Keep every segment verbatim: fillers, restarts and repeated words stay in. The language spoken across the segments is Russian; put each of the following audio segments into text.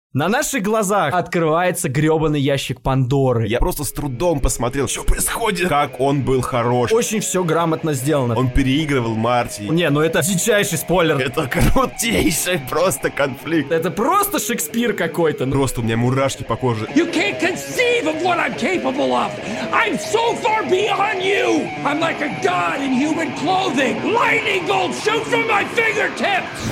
На наших глазах открывается грёбаный ящик Пандоры. Я просто с трудом посмотрел, что происходит. Как он был хорош. Очень все грамотно сделано. Он переигрывал Марти. Не, ну это дичайший спойлер. Это крутейший просто конфликт. Это просто Шекспир какой-то. Просто у меня мурашки по коже. You can't conceive of what I'm capable of. I'm so far beyond you. I'm like a god in human clothing. Lightning bolts shoot from my fingertips.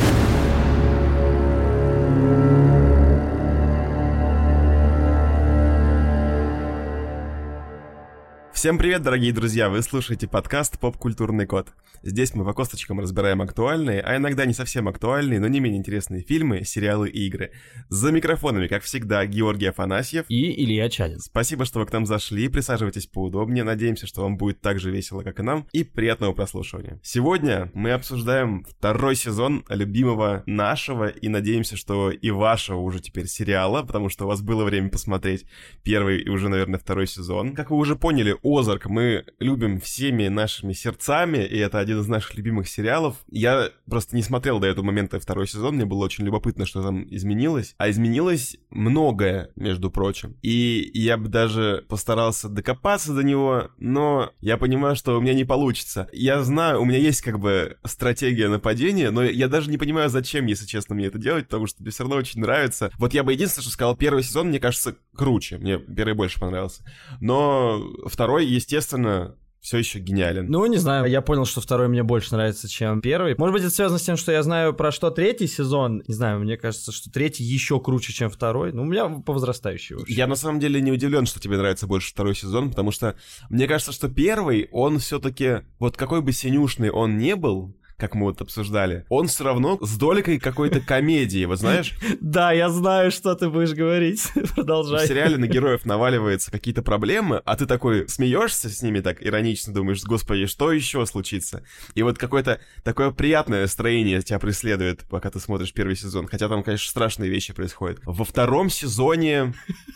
Всем привет, дорогие друзья! Вы слушаете подкаст «Поп-культурный код». Здесь мы по косточкам разбираем актуальные, а иногда не совсем актуальные, но не менее интересные фильмы, сериалы и игры. За микрофонами, как всегда, Георгий Афанасьев и Илья Чадин. Спасибо, что вы к нам зашли, присаживайтесь поудобнее, надеемся, что вам будет так же весело, как и нам, и приятного прослушивания. Сегодня мы обсуждаем второй сезон любимого нашего и надеемся, что и вашего уже теперь сериала, потому что у вас было время посмотреть первый и уже, наверное, второй сезон. Как вы уже поняли, Озарк мы любим всеми нашими сердцами, и это один из наших любимых сериалов. Я просто не смотрел до этого момента второй сезон, мне было очень любопытно, что там изменилось. А изменилось многое, между прочим. И я бы даже постарался докопаться до него, но я понимаю, что у меня не получится. Я знаю, у меня есть как бы стратегия нападения, но я даже не понимаю, зачем, если честно, мне это делать, потому что мне все равно очень нравится. Вот я бы единственное, что сказал, первый сезон, мне кажется, круче. Мне первый больше понравился. Но второй, естественно, все еще гениален. Ну, не знаю, я понял, что второй мне больше нравится, чем первый. Может быть, это связано с тем, что я знаю про что третий сезон. Не знаю, мне кажется, что третий еще круче, чем второй. Ну, у меня по возрастающей вообще. Я на самом деле не удивлен, что тебе нравится больше второй сезон, потому что мне кажется, что первый, он все-таки, вот какой бы синюшный он не был, как мы вот обсуждали, он все равно с долькой какой-то комедии, вот знаешь? Да, я знаю, что ты будешь говорить. Продолжай. В сериале на героев наваливаются какие-то проблемы, а ты такой смеешься с ними так иронично, думаешь, господи, что еще случится? И вот какое-то такое приятное настроение тебя преследует, пока ты смотришь первый сезон. Хотя там, конечно, страшные вещи происходят. Во втором сезоне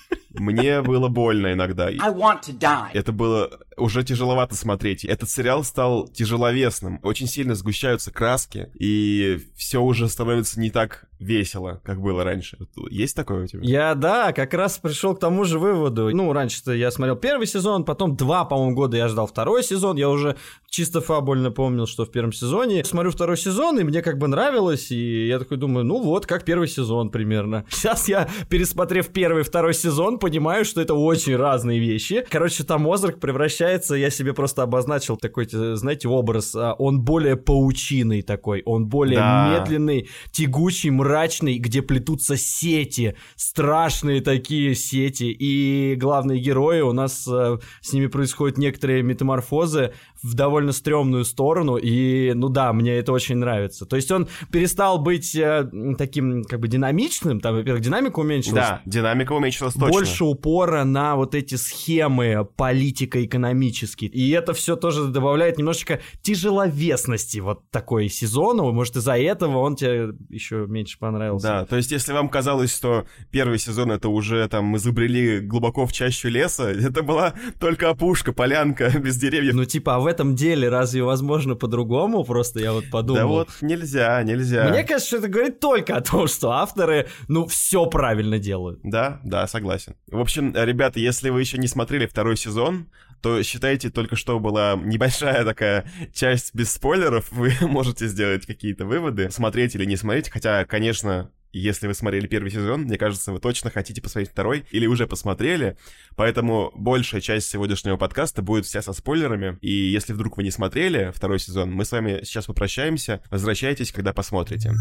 мне было больно иногда. I want to die. Это было уже тяжеловато смотреть. Этот сериал стал тяжеловесным. Очень сильно сгущаются краски, и все уже становится не так весело, как было раньше. Есть такое у тебя? Я, да, как раз пришел к тому же выводу. Ну, раньше-то я смотрел первый сезон, потом два, по-моему, года я ждал второй сезон. Я уже чисто фабульно помнил, что в первом сезоне. Смотрю второй сезон, и мне как бы нравилось, и я такой думаю, ну вот, как первый сезон примерно. Сейчас я, пересмотрев первый и второй сезон, понимаю, что это очень разные вещи. Короче, там Озарк превращается, я себе просто обозначил такой, знаете, образ. Он более паучиный такой, он более да. медленный, тягучий, мрачный, где плетутся сети, страшные такие сети, и главные герои, у нас э, с ними происходят некоторые метаморфозы в довольно стрёмную сторону, и, ну да, мне это очень нравится. То есть он перестал быть э, таким, как бы, динамичным, там, во-первых, динамика уменьшилась. Да, динамика уменьшилась точно. Больше упора на вот эти схемы политико-экономические, и это все тоже добавляет немножечко тяжеловесности вот такой сезону, может, из-за этого он тебе еще меньше понравился. Да, то есть если вам казалось, что первый сезон это уже там мы забрели глубоко в чащу леса, это была только опушка, полянка без деревьев. Ну типа, а в этом деле разве возможно по-другому? Просто я вот подумал. Да вот нельзя, нельзя. Мне кажется, что это говорит только о том, что авторы, ну, все правильно делают. Да, да, согласен. В общем, ребята, если вы еще не смотрели второй сезон, то считайте, только что была небольшая такая часть без спойлеров, вы можете сделать какие-то выводы, смотреть или не смотреть, хотя, конечно, если вы смотрели первый сезон, мне кажется, вы точно хотите посмотреть второй или уже посмотрели, поэтому большая часть сегодняшнего подкаста будет вся со спойлерами, и если вдруг вы не смотрели второй сезон, мы с вами сейчас попрощаемся, возвращайтесь, когда посмотрите.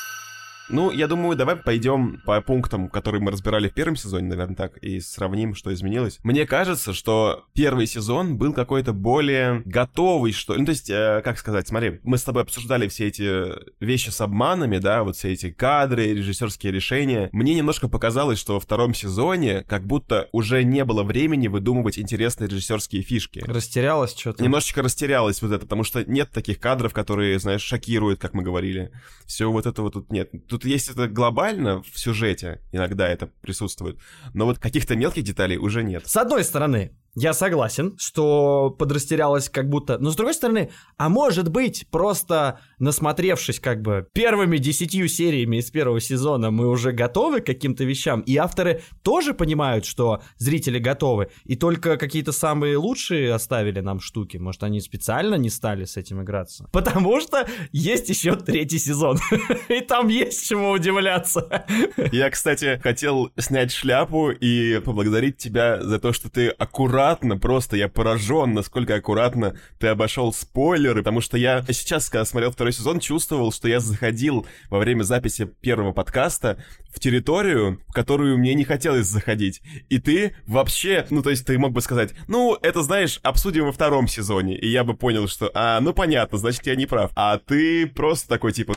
Ну, я думаю, давай пойдем по пунктам, которые мы разбирали в первом сезоне, наверное, так, и сравним, что изменилось. Мне кажется, что первый сезон был какой-то более готовый, что... Ну, то есть, э, как сказать, смотри, мы с тобой обсуждали все эти вещи с обманами, да, вот все эти кадры, режиссерские решения. Мне немножко показалось, что во втором сезоне как будто уже не было времени выдумывать интересные режиссерские фишки. Растерялось что-то? Немножечко растерялось вот это, потому что нет таких кадров, которые, знаешь, шокируют, как мы говорили. Все вот этого тут нет. Тут есть это глобально в сюжете, иногда это присутствует, но вот каких-то мелких деталей уже нет. С одной стороны, Я согласен, что подрастерялась как будто... Но с другой стороны, а может быть, просто насмотревшись как бы первыми десятью сериями из первого сезона, мы уже готовы к каким-то вещам, и авторы тоже понимают, что зрители готовы, и только какие-то самые лучшие оставили нам штуки. Может, они специально не стали с этим играться? Потому что есть еще третий сезон, и там есть чему удивляться. Я, кстати, хотел снять шляпу и поблагодарить тебя за то, что ты аккуратно, просто я поражен, насколько аккуратно ты обошел спойлеры, потому что я сейчас, когда смотрел второй сезон, чувствовал, что я заходил во время записи первого подкаста в территорию, в которую мне не хотелось заходить. И ты вообще, ну, то есть ты мог бы сказать, ну, это, знаешь, обсудим во втором сезоне, и я бы понял, что, а, ну, понятно, значит, я не прав. А ты просто такой, типа...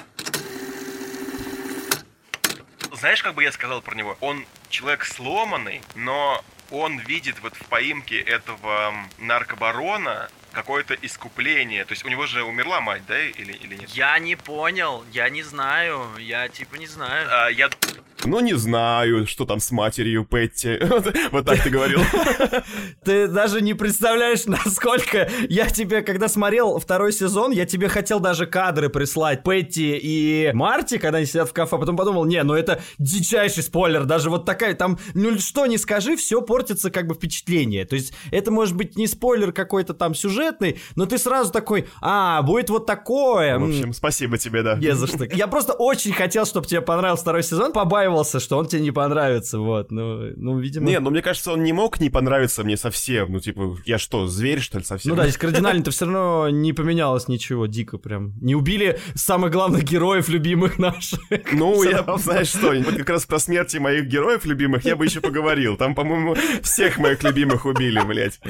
Знаешь, как бы я сказал про него? Он человек сломанный, но он видит вот в поимке этого наркобарона какое-то искупление. То есть у него же умерла мать, да, или, или нет? Я не понял, я не знаю, я типа не знаю. А, я... Ну, не знаю, что там с матерью Петти. Вот так ты говорил. Ты даже не представляешь, насколько я тебе, когда смотрел второй сезон, я тебе хотел даже кадры прислать Петти и Марти, когда они сидят в кафе, а потом подумал, не, ну это дичайший спойлер, даже вот такая, там, ну что не скажи, все портится как бы впечатление. То есть это может быть не спойлер какой-то там сюжетный, но ты сразу такой, а, будет вот такое. В общем, спасибо тебе, да. Не за что. Я просто очень хотел, чтобы тебе понравился второй сезон, побаивался, что он тебе не понравится, вот, ну, ну, видимо... Не, ну, мне кажется, он не мог не понравиться мне совсем, ну, типа, я что, зверь, что ли, совсем? Ну да, здесь кардинально-то все равно не поменялось ничего, дико прям. Не убили самых главных героев любимых наших. Ну, я, знаешь что, вот как раз про смерти моих героев любимых я бы еще поговорил, там, по-моему, всех моих любимых убили, блядь.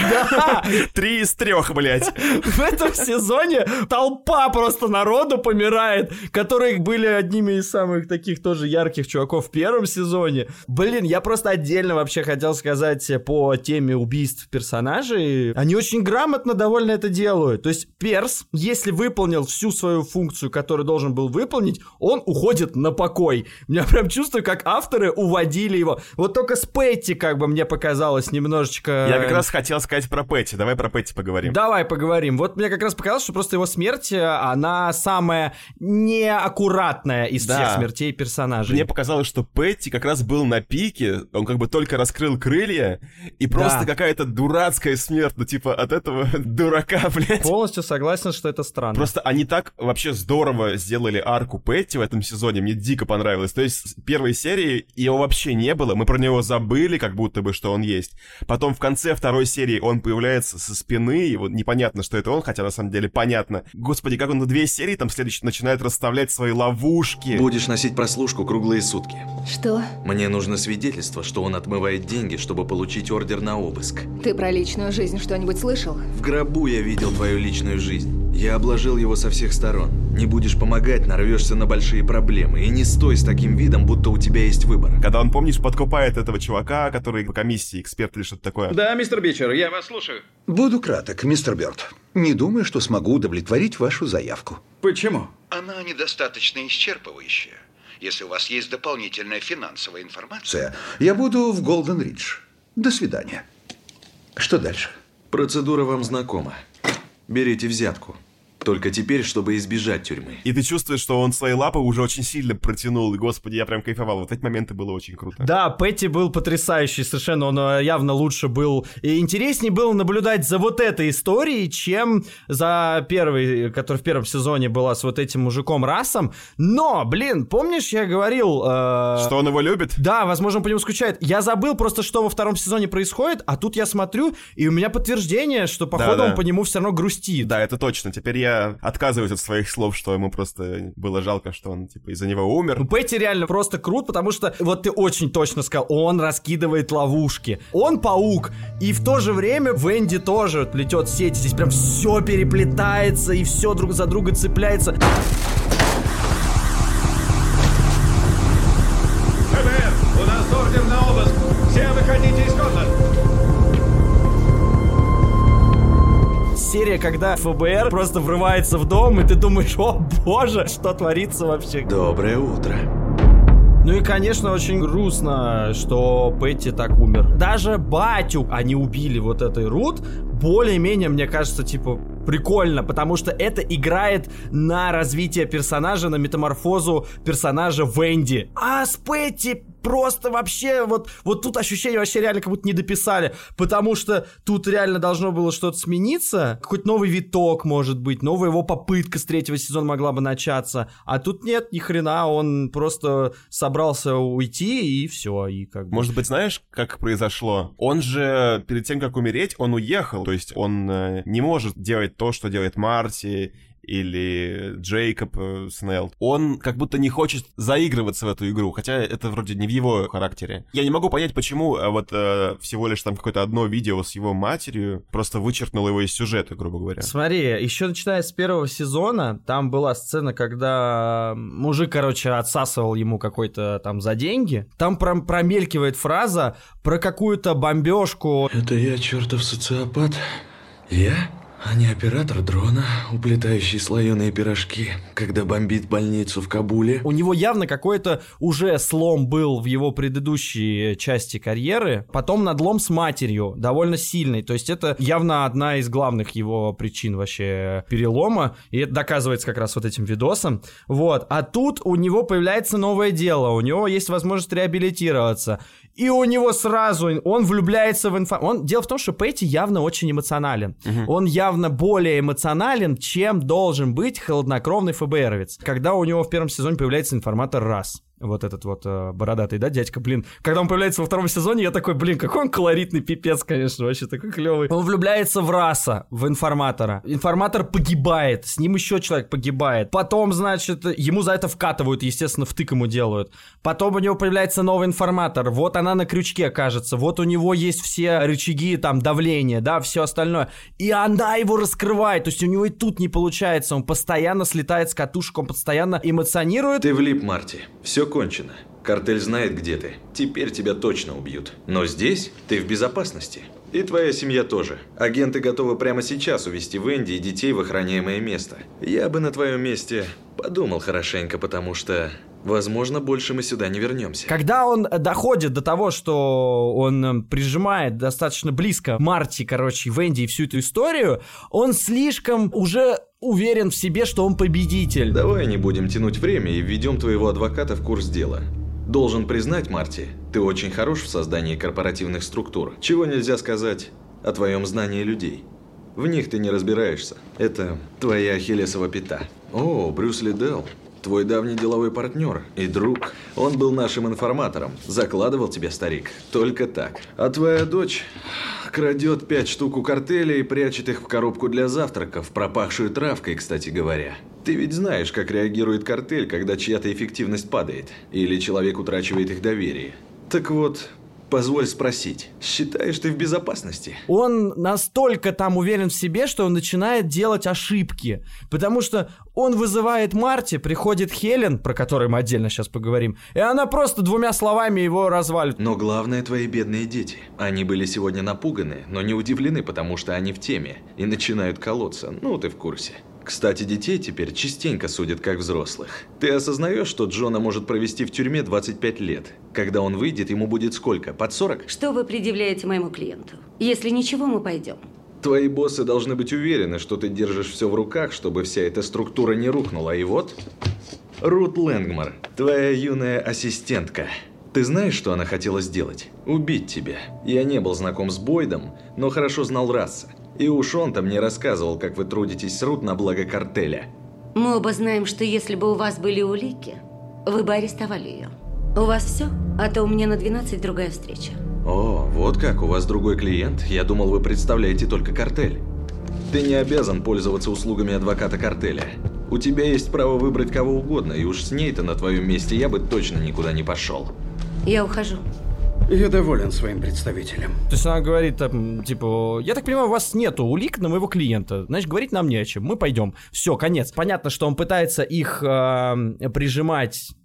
Да! Три из трех, блядь. В этом сезоне толпа просто народу помирает, которые были одними из самых таких тоже ярких чуваков в первом сезоне. Блин, я просто отдельно вообще хотел сказать по теме убийств персонажей. Они очень грамотно довольно это делают. То есть Перс, если выполнил всю свою функцию, которую должен был выполнить, он уходит на покой. Я прям чувствую, как авторы уводили его. Вот только с Петти, как бы, мне показалось немножечко... Я как раз хотел сказать про Петти. Давай про Петти поговорим. Давай поговорим. Вот мне как раз показалось, что просто его смерть, она самая неаккуратная из да. всех смертей персонажей. Мне показалось, что Петти как раз был на пике, он как бы только раскрыл крылья, и просто да. какая-то дурацкая смерть, ну типа от этого дурака, блядь. Полностью согласен, что это странно. Просто они так вообще здорово сделали арку Петти в этом сезоне, мне дико понравилось. То есть в первой серии его вообще не было, мы про него забыли, как будто бы, что он есть. Потом в конце второй серии он появляется со спины, и вот непонятно, что это он, хотя на самом деле понятно. Господи, как он на две серии там следующие начинает расставлять свои ловушки. Будешь носить прослушку круглые сутки. Что? Мне нужно свидетельство, что он отмывает деньги, чтобы получить ордер на обыск. Ты про личную жизнь что-нибудь слышал? В гробу я видел твою личную жизнь. Я обложил его со всех сторон. Не будешь помогать, нарвешься на большие проблемы. И не стой с таким видом, будто у тебя есть выбор. Когда он, помнишь, подкупает этого чувака, который по комиссии, эксперт или что-то такое. Да, мистер Бичер, я вас слушаю. Буду краток, мистер Бёрд. Не думаю, что смогу удовлетворить вашу заявку. Почему? Она недостаточно исчерпывающая. Если у вас есть дополнительная финансовая информация, я буду в Голден-Ридж. До свидания. Что дальше? Процедура вам знакома. Берите взятку. Только теперь, чтобы избежать тюрьмы. И ты чувствуешь, что он свои лапы уже очень сильно протянул. И, господи, я прям кайфовал. Вот эти моменты было очень круто. Да, Петти был потрясающий совершенно. Он явно лучше был. И интереснее было наблюдать за вот этой историей, чем за первой, которая в первом сезоне была с вот этим мужиком Рассом. Но, блин, помнишь, я говорил... Э... Что он его любит? Да, возможно, он по нему скучает. Я забыл просто, что во втором сезоне происходит, а тут я смотрю, и у меня подтверждение, что, походу, да, да. он по нему все равно грустит. Да, это точно. Теперь я отказываюсь от своих слов, что ему просто было жалко, что он, типа, из-за него умер. Ну, Петти реально просто крут, потому что, вот ты очень точно сказал, он раскидывает ловушки. Он паук, и в то же время Венди тоже плетет сеть. Здесь прям все переплетается, и все друг за друга цепляется. ФБР, у нас ордер на обыск. Все выходите из комнат. Серия, когда ФБР просто врывается в дом, и ты думаешь, о боже, что творится вообще? Доброе утро. Ну и, конечно, очень грустно, что Пэтти так умер. Даже батю они убили, вот этой Рут, более-менее, мне кажется, типа, прикольно, потому что это играет на развитие персонажа, на метаморфозу персонажа Венди. А с Пэтти просто вообще, вот, вот тут ощущение вообще реально как будто не дописали, потому что тут реально должно было что-то смениться, какой-то новый виток, может быть, новая его попытка с третьего сезона могла бы начаться, а тут нет, ни хрена, он просто собрался уйти, и все, и как бы... Может быть, знаешь, как произошло? Он же, перед тем, как умереть, он уехал, то есть он э, не может делать то, что делает Марти или Джейкоб э, Снелл. Он как будто не хочет заигрываться в эту игру, хотя это вроде не в его характере. Я не могу понять, почему а вот э, всего лишь там какое-то одно видео с его матерью просто вычеркнуло его из сюжета, грубо говоря. Смотри, еще начиная с первого сезона, там была сцена, когда мужик, короче, отсасывал ему какой-то там за деньги. Там прям промелькивает фраза про какую-то бомбежку. Это я, чертов социопат? Я? А не оператор дрона, уплетающий слоеные пирожки, когда бомбит больницу в Кабуле. У него явно какой-то уже слом был в его предыдущей части карьеры. Потом надлом с матерью, довольно сильный. То есть это явно одна из главных его причин вообще перелома. И это доказывается как раз вот этим видосом. Вот. А тут у него появляется новое дело. У него есть возможность реабилитироваться. И у него сразу, он влюбляется в информацию. Дело в том, что Пэтти явно очень эмоционален. Uh-huh. Он явно более эмоционален, чем должен быть хладнокровный ФБРовец. Когда у него в первом сезоне появляется информатор Расс. Вот этот вот э, бородатый, да, дядька, блин. Когда он появляется во втором сезоне, я такой, блин, какой он колоритный пипец, конечно, вообще такой клевый. Он влюбляется в Расса, в информатора. Информатор погибает, с ним еще человек погибает. Потом, значит, ему за это вкатывают, естественно, втык ему делают. Потом у него появляется новый информатор. Вот она на крючке, кажется. Вот у него есть все рычаги, там, давления, да, все остальное. И она его раскрывает. То есть у него и тут не получается. Он постоянно слетает с катушек, он постоянно эмоционирует. Ты влип, Марти. Все кончено. Картель знает, где ты. Теперь тебя точно убьют. Но здесь ты в безопасности. И твоя семья тоже. Агенты готовы прямо сейчас увезти Венди и детей в охраняемое место. Я бы на твоем месте подумал хорошенько, потому что... возможно, больше мы сюда не вернемся. Когда он доходит до того, что он прижимает достаточно близко Марти, короче, Венди и всю эту историю, он слишком уже уверен в себе, что он победитель. Давай не будем тянуть время и введем твоего адвоката в курс дела. Должен признать, Марти, ты очень хорош в создании корпоративных структур. Чего нельзя сказать о твоем знании людей. В них ты не разбираешься. Это твоя ахиллесова пята. О, Брюс Лидell. Твой давний деловой партнер и друг. Он был нашим информатором. Закладывал тебе, старик. Только так. А твоя дочь крадет пять штук у картеля и прячет их в коробку для завтраков, пропахшую травкой, кстати говоря. Ты ведь знаешь, как реагирует картель, когда чья-то эффективность падает. Или человек утрачивает их доверие. Так вот... позволь спросить, считаешь ты в безопасности? Он настолько там уверен в себе, что он начинает делать ошибки. Потому что он вызывает Марти, приходит Хелен, про которую мы отдельно сейчас поговорим, и она просто двумя словами его развалит. Но главное твои бедные дети. Они были сегодня напуганы, но не удивлены, потому что они в теме и начинают колоться. Ну, ты в курсе. Кстати, детей теперь частенько судят как взрослых. Ты осознаешь, что Джона может провести в тюрьме двадцать пять лет? Когда он выйдет, ему будет сколько? Под сорок? Что вы предъявляете моему клиенту? Если ничего, мы пойдем. Твои боссы должны быть уверены, что ты держишь все в руках, чтобы вся эта структура не рухнула. И вот... Рут Лэнгмор, твоя юная ассистентка. Ты знаешь, что она хотела сделать? Убить тебя. Я не был знаком с Бойдом, но хорошо знал Расса. И уж он-то мне рассказывал, как вы трудитесь с Рут на благо картеля. Мы оба знаем, что если бы у вас были улики, вы бы арестовали ее. У вас все? А то у меня на двенадцать другая встреча. О, вот как, у вас другой клиент? Я думал, вы представляете только картель. Ты не обязан пользоваться услугами адвоката картеля. У тебя есть право выбрать кого угодно, и уж с ней-то на твоем месте я бы точно никуда не пошел. Я ухожу. Я доволен своим представителем. То есть она говорит, там, типа, я так понимаю, у вас нету улик на моего клиента, значит, говорить нам не о чем, мы пойдем. Все, конец. Понятно, что он пытается их э, прижимать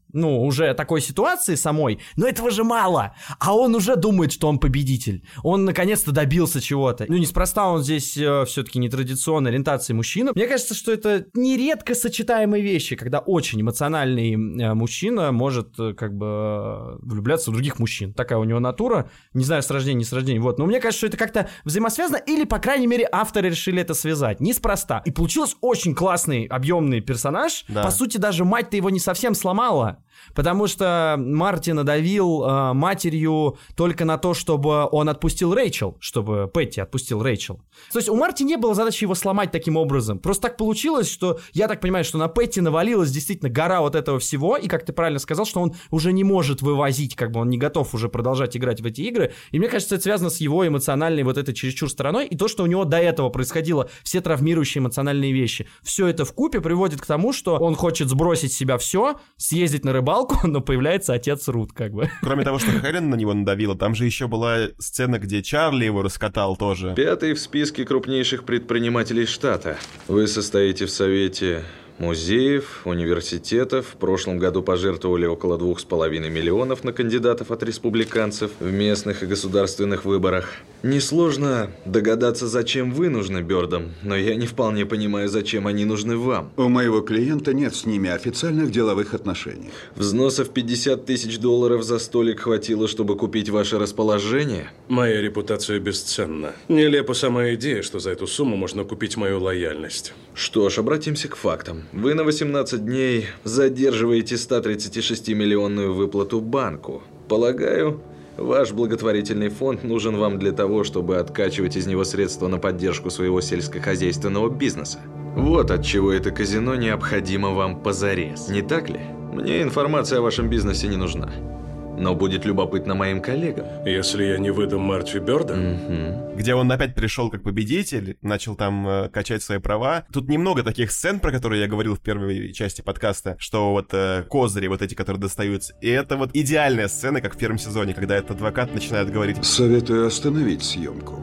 ну, уже такой ситуации самой, но этого же мало, а он уже думает, что он победитель, он наконец-то добился чего-то. Ну, неспроста он здесь э, все-таки нетрадиционной ориентации мужчина. Мне кажется, что это нередко сочетаемые вещи, когда очень эмоциональный э, мужчина может э, как бы э, влюбляться в других мужчин. Такая у него натура, не знаю, с рождения, не с рождения, вот. Но мне кажется, что это как-то взаимосвязано, или, по крайней мере, авторы решили это связать. Неспроста. И получился очень классный, объемный персонаж. Да. По сути, даже мать-то его не совсем сломала. Потому что Марти надавил э, матерью только на то, чтобы он отпустил Рэйчел, чтобы Петти отпустил Рэйчел. То есть у Марти не было задачи его сломать таким образом. Просто так получилось, что я так понимаю, что на Петти навалилась действительно гора вот этого всего, и, как ты правильно сказал, что он уже не может вывозить, как бы он не готов уже продолжать играть в эти игры. И мне кажется, это связано с его эмоциональной вот этой чересчур стороной, и то, что у него до этого происходило, все травмирующие эмоциональные вещи. Все это вкупе приводит к тому, что он хочет сбросить с себя все, съездить на рыбалку, но появляется отец Рут, как бы. Кроме того, что Хелен на него надавила, там же еще была сцена, где Чарли его раскатал тоже. Пятый в списке крупнейших предпринимателей штата. Вы состоите в совете музеев, университетов. В прошлом году пожертвовали около двух с половиной миллионов на кандидатов от республиканцев в местных и государственных выборах. Несложно догадаться, зачем вы нужны Бёрдам, но я не вполне понимаю, зачем они нужны вам. У моего клиента нет с ними официальных деловых отношений. Взносов пятьдесят тысяч долларов за столик хватило, чтобы купить ваше расположение? Моя репутация бесценна. Нелепа сама идея, что за эту сумму можно купить мою лояльность. Что ж, обратимся к фактам. Вы на восемнадцать дней задерживаете сто тридцать шесть миллионную выплату банку. Полагаю, ваш благотворительный фонд нужен вам для того, чтобы откачивать из него средства на поддержку своего сельскохозяйственного бизнеса. Вот от чего это казино необходимо вам позарез, не так ли? Мне информация о вашем бизнесе не нужна. Но будет любопытно моим коллегам. Если я не выдам Марти Бёрда? Mm-hmm. Где он опять пришел как победитель, начал там э, качать свои права. Тут немного таких сцен, про которые я говорил в первой части подкаста, что вот э, козыри вот эти, которые достаются. И это вот идеальная сцена, как в первом сезоне, когда этот адвокат начинает говорить: советую остановить съемку.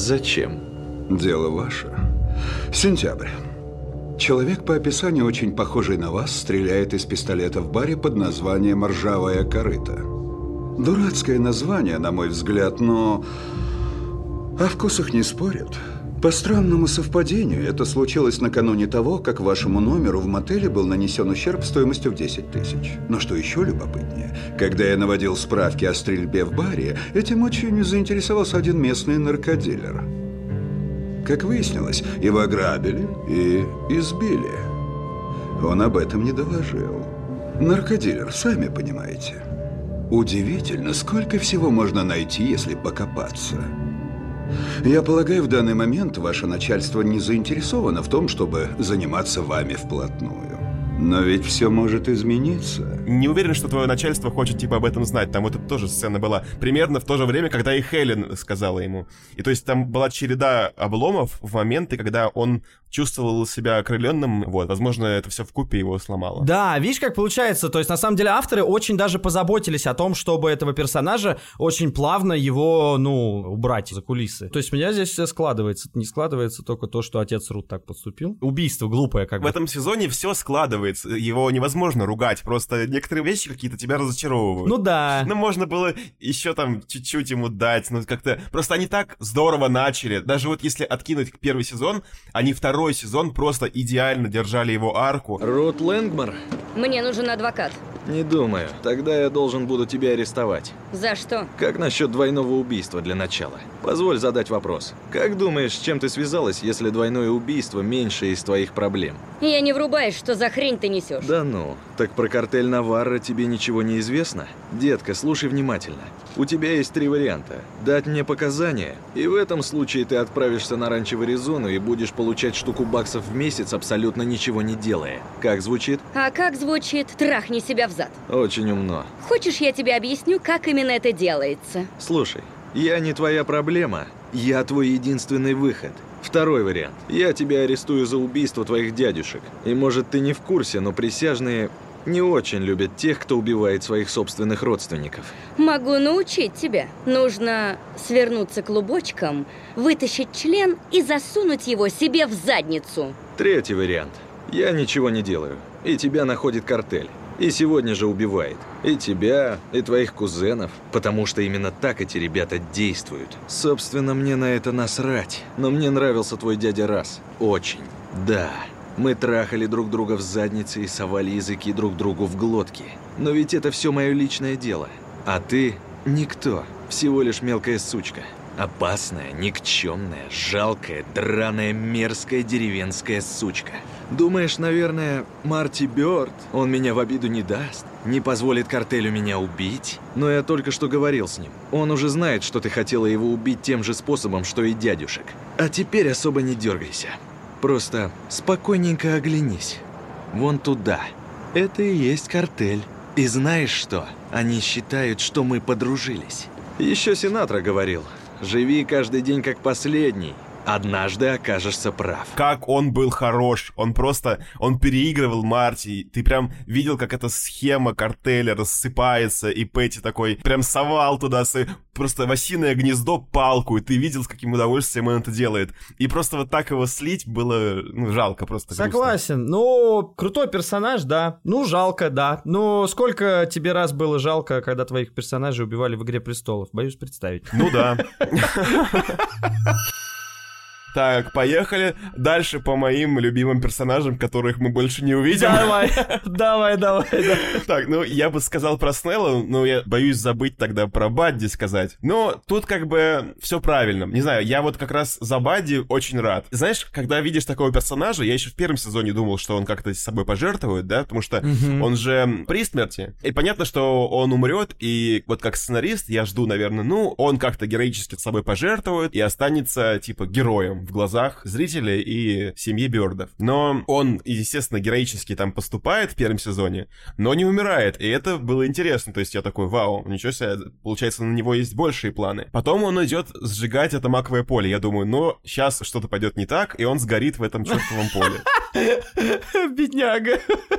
Зачем? Дело ваше. Сентябрь. Человек, по описанию очень похожий на вас, стреляет из пистолета в баре под названием «Ржавая корыта». Дурацкое название, на мой взгляд, но о вкусах не спорят. По странному совпадению, это случилось накануне того, как вашему номеру в мотеле был нанесен ущерб стоимостью в десять тысяч. Но что еще любопытнее, когда я наводил справки о стрельбе в баре, этим очень заинтересовался один местный наркодилер. Как выяснилось, его ограбили и избили. Он об этом не доложил. Наркодилер, сами понимаете. Удивительно, сколько всего можно найти, если покопаться. Я полагаю, в данный момент ваше начальство не заинтересовано в том, чтобы заниматься вами вплотную. Но ведь все может измениться. Не уверен, что твое начальство хочет типа об этом знать. Там вот эта тоже сцена была примерно в то же время, когда и Хелен сказала ему. И то есть там была череда обломов в моменты, когда он чувствовал себя окрыленным. Вот, возможно, это все вкупе его сломало. Да, видишь, как получается. То есть, на самом деле, авторы очень даже позаботились о том, чтобы этого персонажа очень плавно его, ну, убрать за кулисы. То есть, у меня здесь все складывается. Не складывается только то, что отец Рут так поступил. Убийство глупое, как бы. В этом сезоне все складывается. Его невозможно ругать. Просто некоторые вещи какие-то тебя разочаровывают. Ну да. Ну, можно было еще там чуть-чуть ему дать. Ну, как-то... Просто они так здорово начали. Даже вот если откинуть первый сезон, они второй сезон просто идеально держали его арку. Рут Лэнгмор? Мне нужен адвокат. Не думаю. Тогда я должен буду тебя арестовать. За что? Как насчет двойного убийства для начала? Позволь задать вопрос. Как думаешь, с чем ты связалась, если двойное убийство меньше из твоих проблем? Я не врубаюсь, что за хрень ты несешь. Да ну, так про картель Наварро тебе ничего не известно? Детка, слушай внимательно. У тебя есть три варианта. Дать мне показания, и в этом случае ты отправишься на ранчо в Аризону и будешь получать штуку баксов в месяц, абсолютно ничего не делая. Как звучит? А как звучит? Трахни себя взад. Очень умно. Хочешь, я тебе объясню, как именно это делается? Слушай, я не твоя проблема, я твой единственный выход. Второй вариант. Я тебя арестую за убийство твоих дядюшек. И может ты не в курсе, но присяжные не очень любят тех, кто убивает своих собственных родственников. Могу научить тебя. Нужно свернуться клубочком, вытащить член и засунуть его себе в задницу. Третий вариант. Я ничего не делаю, и тебя находит картель. И сегодня же убивает. И тебя, и твоих кузенов. Потому что именно так эти ребята действуют. Собственно, мне на это насрать. Но мне нравился твой дядя Раз. Очень. Да. Мы трахали друг друга в заднице и совали языки друг другу в глотки. Но ведь это все мое личное дело. А ты – никто. Всего лишь мелкая сучка. Опасная, никчемная, жалкая, драная, мерзкая деревенская сучка. Думаешь, наверное, Марти Бёрд, он меня в обиду не даст, не позволит картелю меня убить? Но я только что говорил с ним. Он уже знает, что ты хотела его убить тем же способом, что и дядюшек. А теперь особо не дергайся. Просто спокойненько оглянись. Вон туда. Это и есть картель. И знаешь что? Они считают, что мы подружились. Еще Синатра говорил: живи каждый день как последний. Однажды окажешься прав. Как он был хорош. Он просто, он переигрывал Марти. Ты прям видел, как эта схема картеля рассыпается, и Пэтти такой прям совал туда свой, просто в осиное гнездо палку, и ты видел, с каким удовольствием он это делает. И просто вот так его слить было, ну, жалко просто. Согласен. Грустно. Ну, крутой персонаж, да. Ну, жалко, да. Но сколько тебе раз было жалко, когда твоих персонажей убивали в «Игре престолов»? Боюсь представить. Ну да. Так, поехали дальше по моим любимым персонажам, которых мы больше не увидим. Давай, давай, давай, давай. Так, ну, я бы сказал про Снелла, но я боюсь забыть тогда про Бадди сказать. Но тут как бы все правильно. Не знаю, я вот как раз за Бадди очень рад. Знаешь, когда видишь такого персонажа, я еще в первом сезоне думал, что он как-то с собой пожертвует, да, потому что mm-hmm. он же при смерти. И понятно, что он умрет, и вот как сценарист я жду, наверное, ну, он как-то героически с собой пожертвует и останется, типа, героем в глазах зрителей и семьи Бёрдов. Но он, естественно, героически там поступает в первом сезоне, но не умирает, и это было интересно. То есть я такой: вау, ничего себе, получается, на него есть большие планы. Потом он идет сжигать это маковое поле. Я думаю, ну, сейчас что-то пойдет не так, и он сгорит в этом чертовом поле. Бедняга.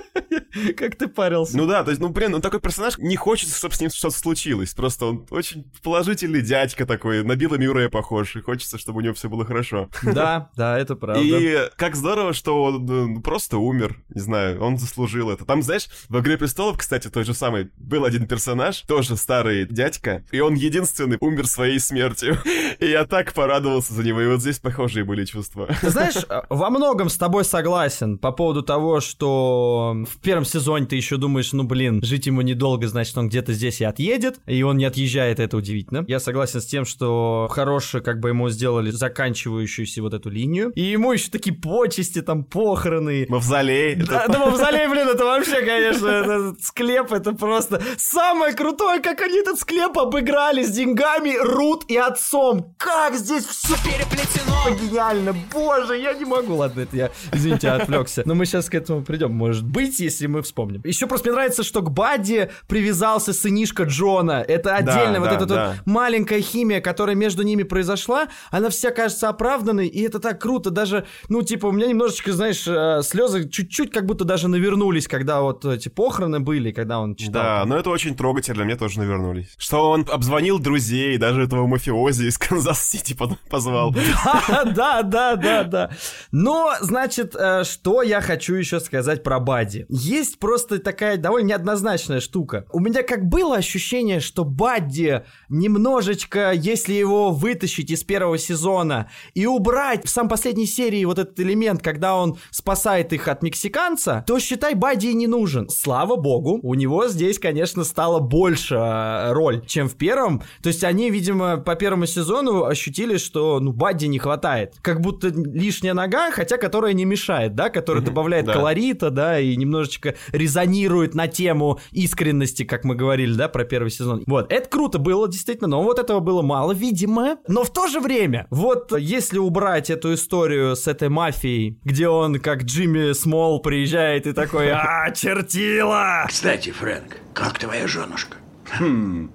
Как ты парился. Ну да, то есть, ну, блин, он такой персонаж, не хочется, чтобы с ним что-то случилось. Просто он очень положительный дядька такой, на Билла Мюррея похож, и хочется, чтобы у него все было хорошо. Да, да, это правда. И как здорово, что он просто умер, не знаю, он заслужил это. Там, знаешь, в «Игре престолов», кстати, той же самой, был один персонаж, тоже старый дядька, и он единственный умер своей смертью. И я так порадовался за него, и вот здесь похожие были чувства. Ты знаешь, во многом с тобой согласен по поводу того, что в первом сезоне ты еще думаешь, ну, блин, жить ему недолго, значит, он где-то здесь и отъедет, и он не отъезжает, это удивительно. Я согласен с тем, что хорошо, как бы ему сделали заканчивающуюся вот эту линию, и ему еще такие почести, там, похороны. Мавзолей. Да, да, мавзолей, блин, это вообще, конечно, этот склеп, это просто самое крутое, как они этот склеп обыграли с деньгами, Рут и отцом. Как здесь все переплетено. Гениально, боже, я не могу. Ладно, это я, извините, отвлекся. Но мы сейчас к этому придем, может быть, если мы вспомним. Еще просто мне нравится, что к Бадди привязался сынишка Джона. Это отдельно, да, вот да, эта да. вот маленькая химия, которая между ними произошла, она вся кажется оправданной, и это так круто. Даже, ну, типа, у меня немножечко, знаешь, слезы чуть-чуть как будто даже навернулись, когда вот эти похороны были, когда он читал. Да, но это очень трогательно, мне тоже навернулись. Что он обзвонил друзей, даже этого мафиози из Канзас-Сити позвал. Да, да, да, да, да. Но, значит, что я хочу еще сказать про Бадди. Есть просто такая довольно неоднозначная штука. У меня как было ощущение, что Бадди немножечко, если его вытащить из первого сезона и убрать в самой последней серии вот этот элемент, когда он спасает их от мексиканца, то, считай, Бадди не нужен. Слава богу, у него здесь, конечно, стала больше роль, чем в первом. То есть они, видимо, по первому сезону ощутили, что, ну, Бадди не хватает. Как будто лишняя нога, хотя которая не мешает, да, которая mm-hmm, добавляет да. колорита, да, и немножечко резонирует на тему искренности, как мы говорили, да, про первый сезон. Вот, это круто было, действительно, но вот этого было мало, видимо. Но в то же время, вот если убрать эту историю с этой мафией, где он, как Джимми Смол, приезжает и такой: а, чертила! Кстати, Фрэнк, как твоя женушка? Хм...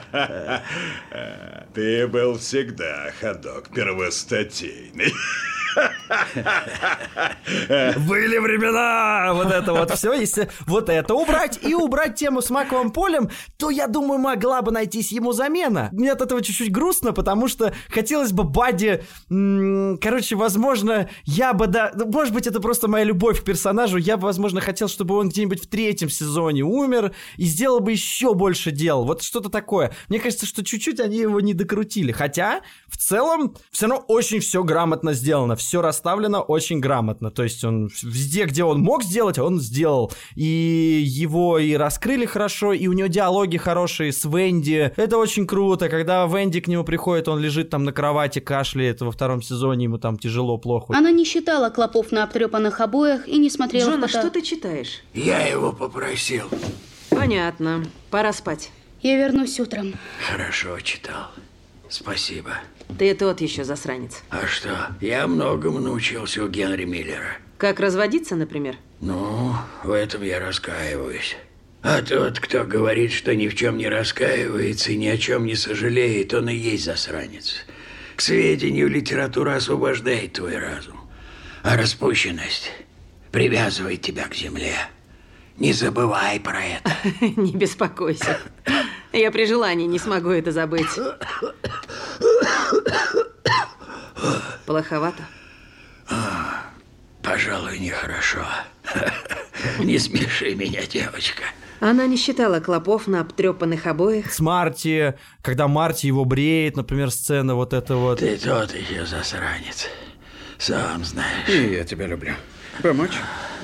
Ты был всегда ходок первостатейный. Были времена! Вот это вот все. Если вот это убрать и убрать тему с маковым полем, то, я думаю, могла бы найтись ему замена. Мне от этого чуть-чуть грустно, потому что хотелось бы Бадди... М- короче, возможно, я бы... да, может быть, это просто моя любовь к персонажу. Я бы, возможно, хотел, чтобы он где-нибудь в третьем сезоне умер и сделал бы еще больше дел. Вот что-то такое. Мне кажется, что чуть-чуть они его не докрутили. Хотя, в целом, все равно очень все грамотно сделано. Все расставлено очень грамотно. То есть он везде, где он мог сделать, он сделал. И его и раскрыли хорошо, и у него диалоги хорошие с Венди. Это очень круто. Когда Венди к нему приходит, он лежит там на кровати, кашляет во втором сезоне, ему там тяжело, плохо. Она не считала клопов на обтрепанных обоях и не смотрела Джона, в фото... что ты читаешь? Я его попросил. Понятно. Пора спать. Я вернусь утром. Хорошо читал. Спасибо. Ты тот еще засранец. А что? Я многому научился у Генри Миллера. Как разводиться, например? Ну, в этом я раскаиваюсь. А тот, кто говорит, что ни в чем не раскаивается и ни о чем не сожалеет, он и есть засранец. К сведению, литература освобождает твой разум. А распущенность привязывает тебя к земле. Не забывай про это. Не беспокойся. Я при желании не смогу это забыть. Плоховато? А, пожалуй, нехорошо. Не смеши меня, девочка. Она не считала клопов на обтрепанных обоях. С Марти, когда Марти его бреет, например, сцена вот эта вот. Ты тот еще засранец. Сам знаешь. И я тебя люблю. Помочь?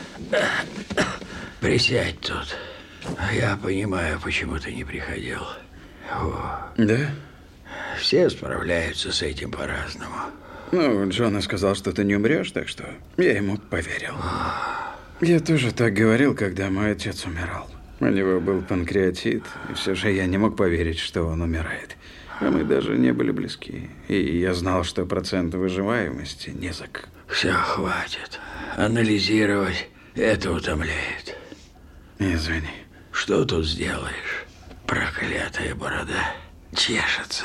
Присядь тут. Я понимаю, почему ты не приходил. Фу. Да? Все справляются с этим по-разному. Ну, Джона сказал, что ты не умрешь, так что я ему поверил. Я тоже так говорил, когда мой отец умирал. У него был панкреатит, и все же я не мог поверить, что он умирает. А мы даже не были близки. И я знал, что процент выживаемости низок. Все, хватит. Анализировать это утомляет. Извини. Что тут сделаешь? Проклятая борода чешется.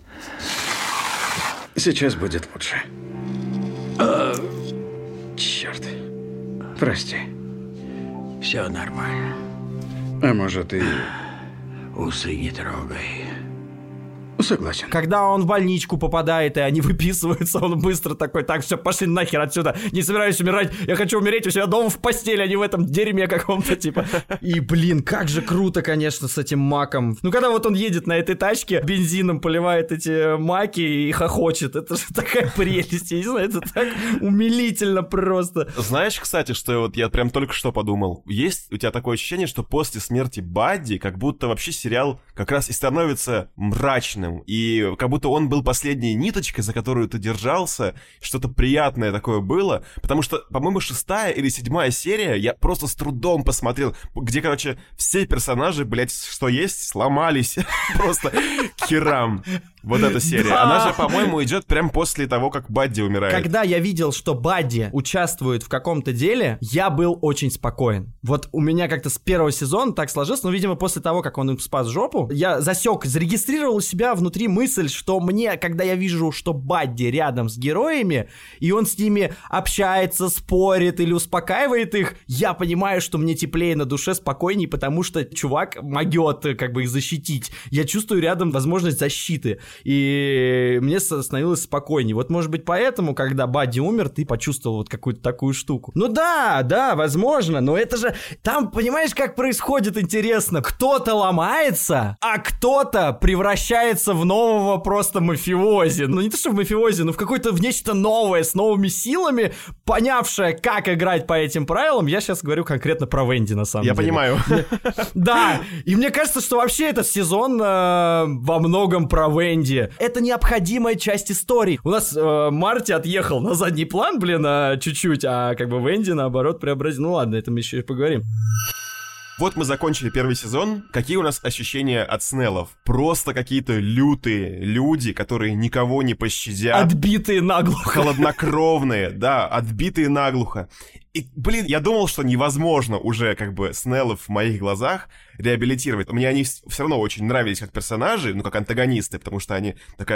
Сейчас будет лучше. А... Черт. Прости. Все нормально. А может и... Усы не трогай. Согласен. Когда он в больничку попадает, и они выписываются, он быстро такой: так, все, пошли нахер отсюда, не собираюсь умирать, я хочу умереть у себя дома в постели, а не в этом дерьме каком-то, типа. И, блин, как же круто, конечно, с этим маком. Ну, когда вот он едет на этой тачке, бензином поливает эти маки и хохочет, это же такая прелесть, я не знаю, это так умилительно просто. Знаешь, кстати, что вот я прям только что подумал, есть у тебя такое ощущение, что после смерти Бадди, как будто вообще сериал как раз и становится мрачным, и как будто он был последней ниточкой, за которую ты держался, что-то приятное такое было, потому что, по-моему, шестая или седьмая серия, я просто с трудом посмотрел, где, короче, все персонажи, блядь, что есть, сломались просто к херам. Вот эта серия. Да. Она же, по-моему, идет прям после того, как Бадди умирает. Когда я видел, что Бадди участвует в каком-то деле, я был очень спокоен. Вот у меня как-то с первого сезона так сложилось, но, видимо, после того, как он им спас жопу, я засек, зарегистрировал у себя внутри мысль, что мне, когда я вижу, что Бадди рядом с героями, и он с ними общается, спорит или успокаивает их, я понимаю, что мне теплее на душе, спокойнее, потому что чувак могет как бы их защитить. Я чувствую рядом возможность защиты. И мне становилось спокойнее. Вот, может быть, поэтому, когда Бадди умер, ты почувствовал вот какую-то такую штуку. Ну да, да, возможно, но это же... Там, понимаешь, как происходит, интересно? Кто-то ломается, а кто-то превращается в нового просто мафиози. Ну, не то, что в мафиози, но в какое-то, в нечто новое, с новыми силами, понявшее, как играть по этим правилам. Я сейчас говорю конкретно про Венди, на самом деле. Я понимаю. Да, и мне кажется, что вообще этот сезон во многом про Венди. Это необходимая часть истории. У нас э, Марти отъехал на задний план, блин, а, чуть-чуть, а как бы Венди, наоборот, преобразил. Ну ладно, это мы еще и поговорим. Вот мы закончили первый сезон. Какие у нас ощущения от Снеллов? Просто какие-то лютые люди, которые никого не пощадят. Отбитые наглухо. Холоднокровные, да, отбитые наглухо. И, блин, я думал, что невозможно уже как бы Снеллов в моих глазах реабилитировать. Мне они все равно очень нравились как персонажи, ну, как антагонисты, потому что они такая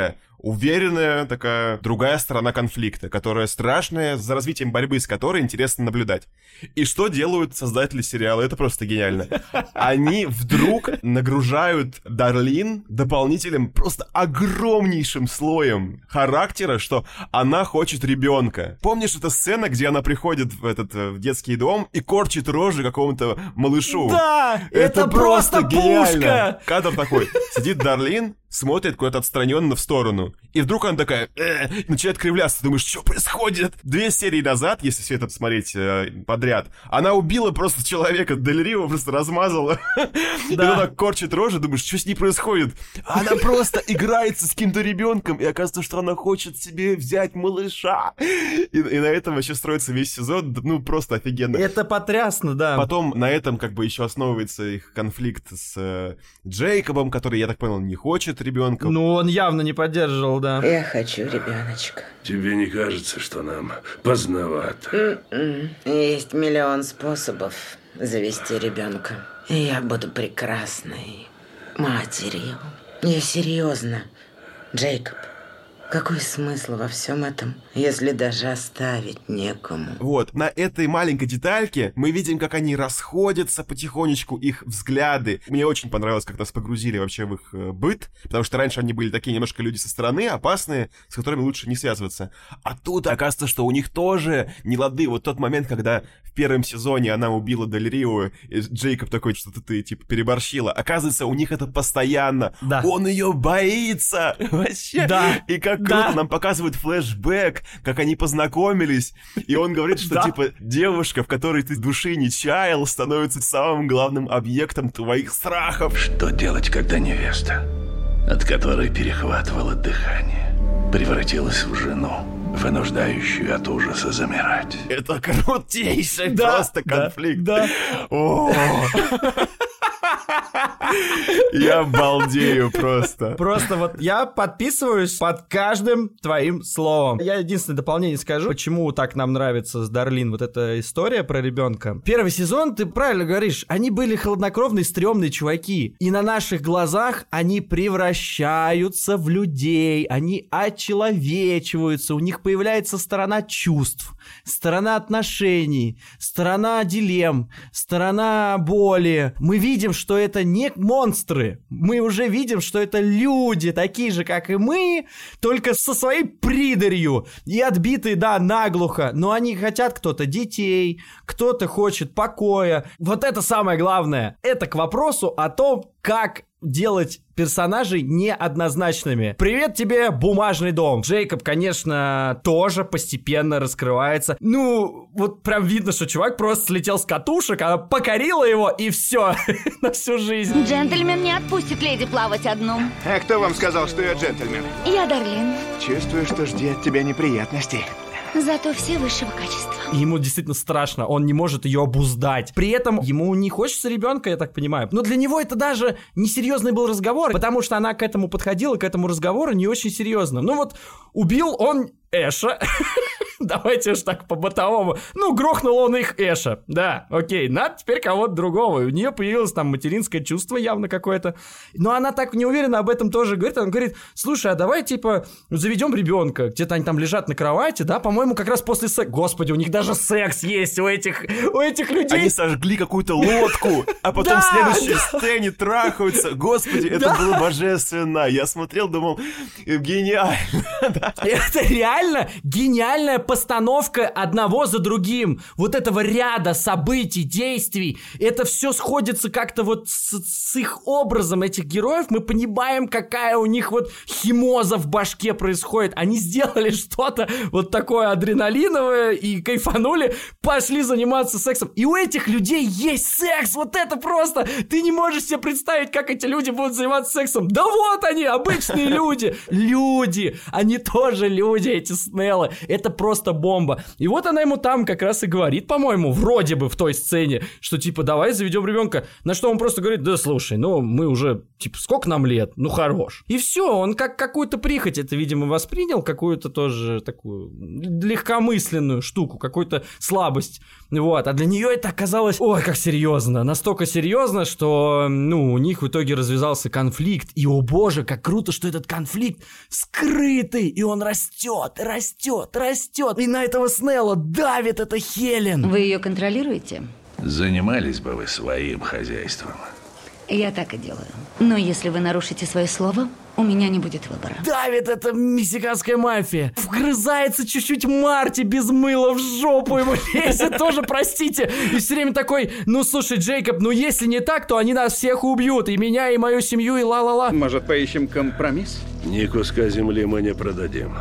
уверенная такая другая сторона конфликта, которая страшная, за развитием борьбы с которой интересно наблюдать. И что делают создатели сериала? Это просто гениально. Они вдруг нагружают Дарлин дополнительным, просто огромнейшим слоем характера, что она хочет ребенка. Помнишь эта сцена, где она приходит в этот в детский дом и корчит рожи какому-то малышу? Да! Это, это просто, просто гениально. пушка! Кадр такой. Сидит Дарлин, смотрит куда-то отстраненно в сторону. И вдруг она такая, э, начинает кривляться. Думаешь, что происходит? Две серии назад, если все это посмотреть э, подряд, она убила просто человека. Дель Рио просто размазала. И она корчит рожи, думаешь, что с ней происходит? Она просто играется с каким-то ребенком, и оказывается, что она хочет себе взять малыша. И, и на этом вообще строится весь сезон. Ну, просто офигенно. Это потрясно, да. Потом на этом как бы еще основывается их конфликт с э, Джейкобом, который, я так понял, не хочет ребенка. Ну, он явно не поддерживал, да. Я хочу ребеночка. Тебе не кажется, что нам поздновато? Mm-mm. Есть миллион способов завести ребенка. И я буду прекрасной матерью. Я серьезно. Джейкоб, какой смысл во всем этом, если даже оставить некому? Вот, на этой маленькой детальке мы видим, как они расходятся потихонечку, их взгляды. Мне очень понравилось, как нас погрузили вообще в их э, быт, потому что раньше они были такие немножко люди со стороны, опасные, с которыми лучше не связываться. А тут оказывается, что у них тоже не лады. Вот тот момент, когда в первом сезоне она убила Дель Рио, и Джейкоб такой, что-то ты, типа, переборщила. Оказывается, у них это постоянно. Да. Он ее боится вообще. Да. И как круто да. нам показывают флешбэк, как они познакомились, и он говорит, что, да. типа, девушка, в которой ты души не чаял, становится самым главным объектом твоих страхов. Что делать, когда невеста, от которой перехватывало дыхание, превратилась в жену, вынуждающую от ужаса замирать? Это крутейший да, просто конфликт. Да, да. Я балдею просто. Просто вот я подписываюсь под каждым твоим словом. Я единственное дополнение скажу, почему так нам нравится с Дарлин вот эта история про ребенка. Первый сезон, ты правильно говоришь, они были хладнокровные, стрёмные чуваки. И на наших глазах они превращаются в людей, они очеловечиваются, у них появляется сторона чувств, сторона отношений, сторона дилемм, сторона боли. Мы видим, что это не монстры. Мы уже видим, что это люди, такие же, как и мы, только со своей придарью. И отбитые, да, наглухо. Но они хотят кто-то детей, кто-то хочет покоя. Вот это самое главное. Это к вопросу о том, как делать персонажей неоднозначными. Привет тебе, бумажный дом. Джейкоб, конечно, тоже постепенно раскрывается. Ну, вот прям видно, что чувак просто слетел с катушек, она покорила его, и все, на всю жизнь. Джентльмен не отпустит леди плавать одну. А кто вам сказал, что я джентльмен? Я Дарлин. Чувствую, что ждет тебя неприятностей. Зато все высшего качества. Ему действительно страшно, он не может ее обуздать. При этом ему не хочется ребенка, я так понимаю. Но для него это даже несерьезный был разговор, потому что она к этому подходила, к этому разговору не очень серьезно. Ну вот, убил он Эша. Давайте уж так по-бытовому. Ну, грохнул он их Эша. Да, окей, надо теперь кого-то другого. И у нее появилось там материнское чувство явно какое-то. Но она так неуверенно об этом тоже говорит. Она говорит, слушай, а давай, типа, заведем ребенка. Где-то они там лежат на кровати, да, по-моему, как раз после секса. Господи, у них даже секс есть у этих, у этих людей. Они сожгли какую-то лодку, а потом в следующей сцене трахаются. Господи, это было божественно. Я смотрел, думал, гениально. Это реально гениальная постановка одного за другим. Вот этого ряда событий, действий. Это все сходится как-то вот с, с их образом этих героев. Мы понимаем, какая у них вот химоза в башке происходит. Они сделали что-то вот такое адреналиновое и кайфанули, пошли заниматься сексом. И у этих людей есть секс. Вот это просто... Ты не можешь себе представить, как эти люди будут заниматься сексом. Да вот они, обычные люди. Люди. Они тоже люди, эти Снеллы. Это просто просто бомба. И вот она ему там как раз и говорит, по-моему, вроде бы в той сцене, что типа давай заведем ребенка. На что он просто говорит, да слушай, ну мы уже, типа, сколько нам лет? Ну хорош. И все, он как какую-то прихоть это, видимо, воспринял, какую-то тоже такую легкомысленную штуку, какую-то слабость. Вот, а для нее это оказалось, ой, как серьезно. Настолько серьезно, что, ну, у них в итоге развязался конфликт. И, о боже, как круто, что этот конфликт скрытый, и он растет, растет, растет. И на этого Снелла давит эта Хелен. Вы ее контролируете? Занимались бы вы своим хозяйством. Я так и делаю. Но если вы нарушите свое слово, у меня не будет выбора. Давит эта мексиканская мафия. Вгрызается чуть-чуть Марти без мыла в жопу ему лезет. Тоже, простите. И все время такой, ну слушай, Джейкоб, ну если не так, то они нас всех убьют. И меня, и мою семью, и ла-ла-ла. Может, поищем компромисс? Ни куска земли мы не продадим.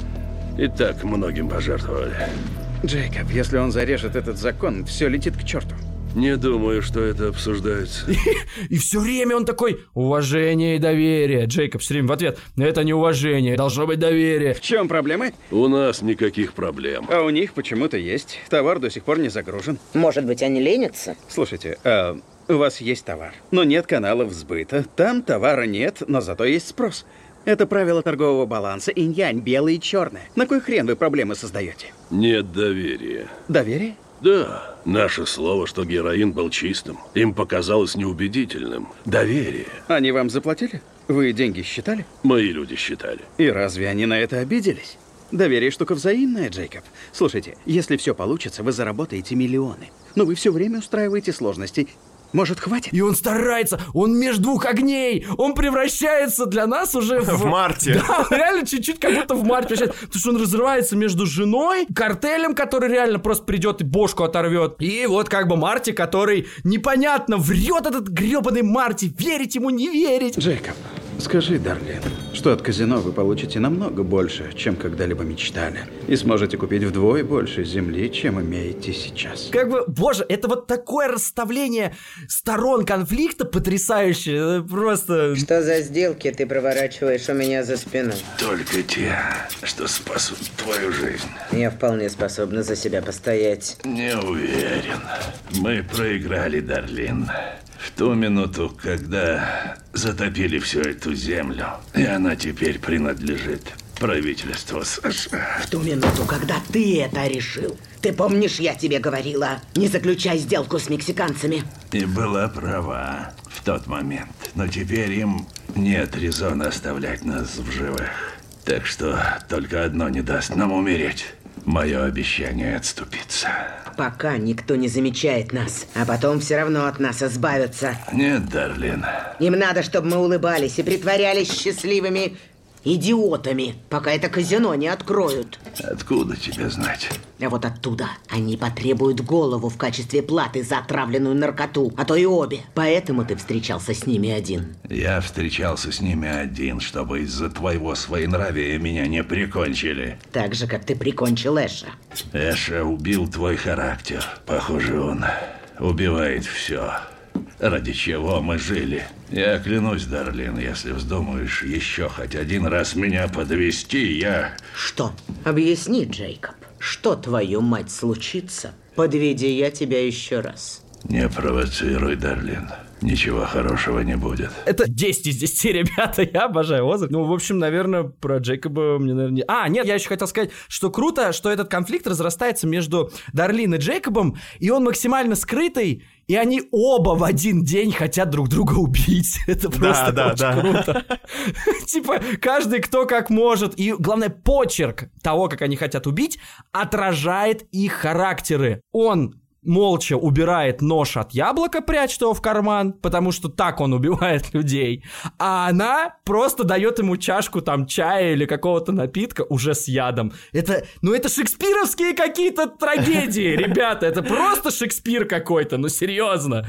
И так многим пожертвовали. Джейкоб, если он зарежет этот закон, все летит к черту. Не думаю, что это обсуждается. И, и все время он такой, уважение и доверие. Джейкоб все время в ответ, это не уважение, должно быть доверие. В чем проблемы? У нас никаких проблем. А у них почему-то есть. Товар до сих пор не загружен. Может быть, они ленятся? Слушайте, а у вас есть товар, но нет каналов сбыта. Там товара нет, но зато есть спрос. Это правило торгового баланса, инь-янь, белое и черное. На кой хрен вы проблемы создаете? Нет доверия. Доверие? Да. Наше слово, что героин был чистым, им показалось неубедительным. Доверие. Они вам заплатили? Вы деньги считали? Мои люди считали. И разве они на это обиделись? Доверие штука взаимная, Джейкоб. Слушайте, если все получится, вы заработаете миллионы. Но вы все время устраиваете сложности. Может, хватит? И он старается, он между двух огней, он превращается для нас уже в... В Марте. Да, реально чуть-чуть как будто в Марте превращается, потому что он разрывается между женой, картелем, который реально просто придет и бошку оторвет, и вот как бы Марти, который непонятно врет этот гребаный Марти, верить ему, не верить. Джейкоб, скажи, Дарлин, что от казино вы получите намного больше, чем когда-либо мечтали, и сможете купить вдвое больше земли, чем имеете сейчас. Как бы, боже, это вот такое расставление сторон конфликта потрясающее, просто... Что за сделки ты проворачиваешь у меня за спиной? Только те, что спасут твою жизнь. Я вполне способна за себя постоять. Не уверен. Мы проиграли, Дарлин. В ту минуту, когда затопили всю эту землю, и она теперь принадлежит правительству США. В ту минуту, когда ты это решил. Ты помнишь, я тебе говорила, не заключай сделку с мексиканцами. И была права в тот момент. Но теперь им нет резона оставлять нас в живых. Так что только одно не даст нам умереть. Мое обещание отступиться. Пока никто не замечает нас, а потом все равно от нас избавятся. Нет, Дарлин. Им надо, чтобы мы улыбались и притворялись счастливыми идиотами, пока это казино не откроют. Откуда тебе знать? А вот оттуда. Они потребуют голову в качестве платы за отравленную наркоту, а то и обе. Поэтому ты встречался с ними один. Я встречался с ними один, чтобы из-за твоего своенравия меня не прикончили. Так же, как ты прикончил Эша. Эша убил твой характер. Похоже, он убивает все, ради чего мы жили. Я клянусь, Дарлин, если вздумаешь еще хоть один раз меня подвести, я... Что? Объясни, Джейкоб. Что, твою мать, случится? Подведи я тебя еще раз. Не провоцируй, Дарлин. Ничего хорошего не будет. Это десять из десяти, ребята, я обожаю отзыв. Ну, в общем, наверное, про Джейкоба мне, наверное, не... А, нет, я еще хотел сказать, что круто, что этот конфликт разрастается между Дарлин и Джейкобом, и он максимально скрытый, и они оба в один день хотят друг друга убить. Это просто да, очень да, круто. Типа, каждый кто как может. И, главное, почерк того, как они хотят убить, отражает их характеры. Он молча убирает нож от яблока, прячет его в карман, потому что так он убивает людей. А она просто дает ему чашку там чая или какого-то напитка уже с ядом. Это, ну это шекспировские какие-то трагедии, ребята. Это просто Шекспир какой-то, ну серьезно.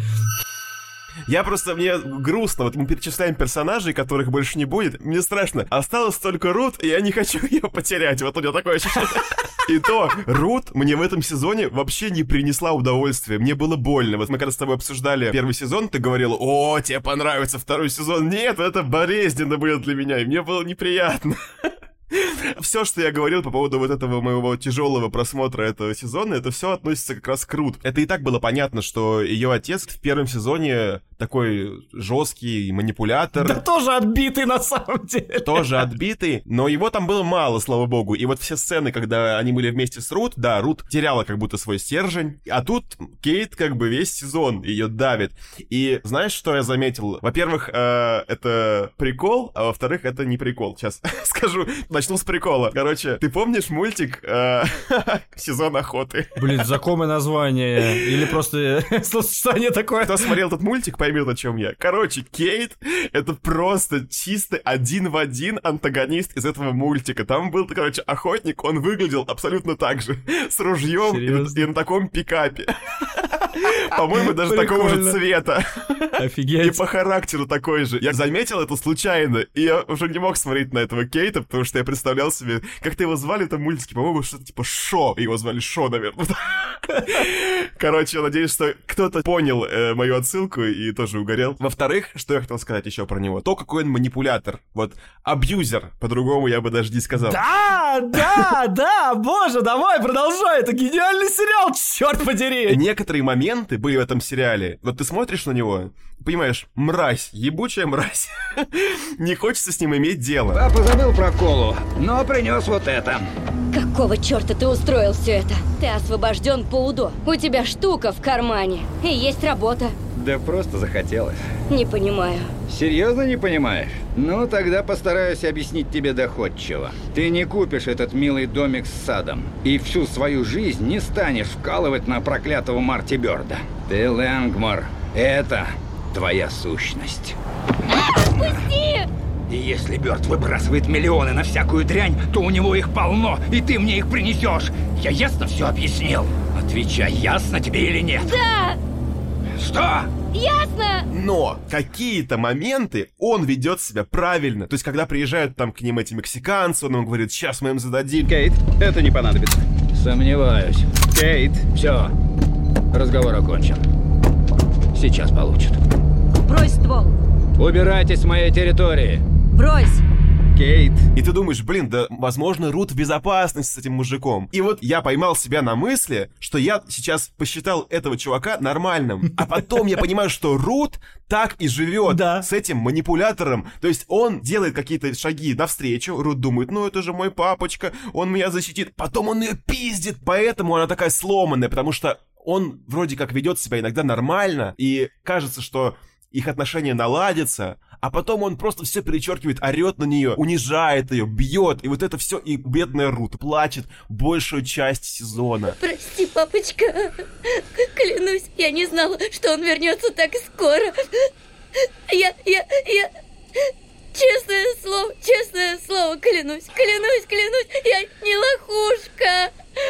Я просто, мне грустно, вот мы перечисляем персонажей, которых больше не будет, мне страшно. Осталось только Рут, и я не хочу ее потерять, вот у меня такое ощущение. И то, Рут мне в этом сезоне вообще не принесла удовольствия, мне было больно. Вот мы когда с тобой обсуждали первый сезон, ты говорила, о, тебе понравится второй сезон. Нет, это болезненно было для меня, и мне было неприятно. Все, что я говорил по поводу вот этого моего тяжелого просмотра этого сезона, это все относится как раз к Рут. Это и так было понятно, что ее отец в первом сезоне такой жесткий манипулятор. Да тоже отбитый на самом деле. Тоже отбитый, но его там было мало, слава богу. И вот все сцены, когда они были вместе с Рут, да, Рут теряла как будто свой стержень, а тут Кейт как бы весь сезон ее давит. И знаешь, что я заметил? Во-первых, э, это прикол, а во-вторых, это не прикол. Сейчас скажу, начну с прикола. Короче, ты помнишь мультик э, «Сезон охоты»? Блин, знакомое название. Или просто словосочетание такое. Кто смотрел этот мультик, поймет, о чем я. Короче, Кейт — это просто чисто один в один антагонист из этого мультика. Там был, короче, охотник, он выглядел абсолютно так же. С ружьем и, и на таком пикапе. По-моему, даже такого же цвета. Офигеть. И по характеру такой же. Я заметил это случайно, и я уже не мог смотреть на этого Кейта, потому что я представлял себе, как-то его звали в этом мультике, по-моему, что-то типа Шо. Его звали Шо, наверное. Короче, я надеюсь, что кто-то понял э, мою отсылку и тоже угорел. Во-вторых, что я хотел сказать еще про него? То, какой он манипулятор. Вот, абьюзер, по-другому я бы даже не сказал. Да, да, да, боже, давай, продолжай, это гениальный сериал, черт подери. Некоторые моменты были в этом сериале. Вот ты смотришь на него, понимаешь, мразь, ебучая мразь. Не хочется с ним иметь дело. Папа забыл про колу, но принес вот это. Какого черта ты устроил все это? Ты освобожден по УДО. У тебя штука в кармане. И есть работа. Да просто захотелось. Не понимаю. Серьезно не понимаешь? Ну, тогда постараюсь объяснить тебе доходчиво. Ты не купишь этот милый домик с садом. И всю свою жизнь не станешь вкалывать на проклятого Марти Бёрда. Ты Лэнгмор. Это твоя сущность. Отпусти! И если Бёрд выбрасывает миллионы на всякую дрянь, то у него их полно, и ты мне их принесешь. Я ясно все объяснил? Отвечай, ясно тебе или нет? Да! Что? Ясно! Но какие-то моменты он ведет себя правильно. То есть, когда приезжают там к ним эти мексиканцы, он им говорит, сейчас мы им зададим. Кейт, это не понадобится. Сомневаюсь. Кейт, все. Разговор окончен. Сейчас получат. Брось ствол. Убирайтесь с моей территории. Брось. Кейт. И ты думаешь, блин, да, возможно, Рут в безопасности с этим мужиком. И вот я поймал себя на мысли, что я сейчас посчитал этого чувака нормальным. А потом я понимаю, что Рут так и живет да. с этим манипулятором. То есть он делает какие-то шаги навстречу. Рут думает, ну это же мой папочка, он меня защитит. Потом он ее пиздит. Поэтому она такая сломанная, потому что он вроде как ведет себя иногда нормально. И кажется, что их отношения наладятся, а потом он просто все перечеркивает, орет на нее, унижает ее, бьет, и вот это все, и бедная Рут плачет большую часть сезона. Прости, папочка. Клянусь, я не знала, что он вернется так скоро. Я, я, я... Честное слово, честное слово, клянусь, клянусь, клянусь, я не лохушка.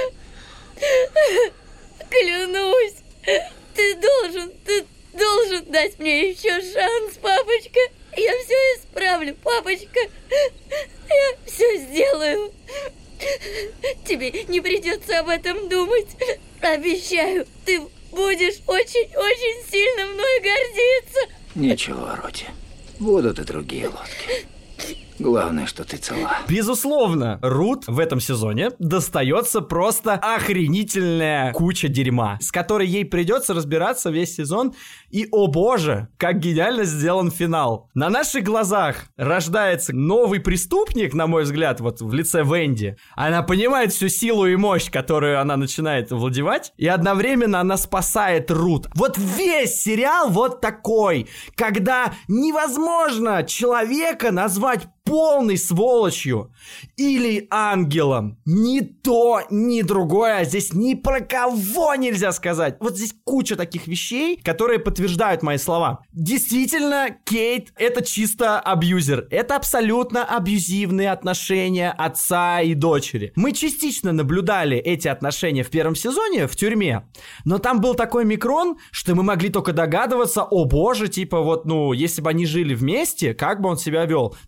Клянусь, ты должен, ты должен дать мне еще шанс, папочка. Я все исправлю, папочка. Я все сделаю. Тебе не придется об этом думать. Обещаю, ты будешь очень-очень сильно мной гордиться. Ничего, Роти. Будут и другие лодки. Главное, что ты цела. Безусловно, Рут в этом сезоне достается просто охренительная куча дерьма, с которой ей придется разбираться весь сезон. И, о боже, как гениально сделан финал. На наших глазах рождается новый преступник, на мой взгляд, вот в лице Венди. Она понимает всю силу и мощь, которую она начинает владевать, и одновременно она спасает Рут. Вот весь сериал вот такой, когда невозможно человека назвать полной сволочью или ангелом. Ни то, ни другое. Здесь ни про кого нельзя сказать. Вот здесь куча таких вещей, которые подтверждают мои слова. Действительно, Кейт — это чисто абьюзер. Это абсолютно абьюзивные отношения отца и дочери. Мы частично наблюдали эти отношения в первом сезоне в тюрьме, но там был такой микрон, что мы могли только догадываться, о боже, типа вот, ну, если бы они жили вместе, как бы он себя вел? Наверное,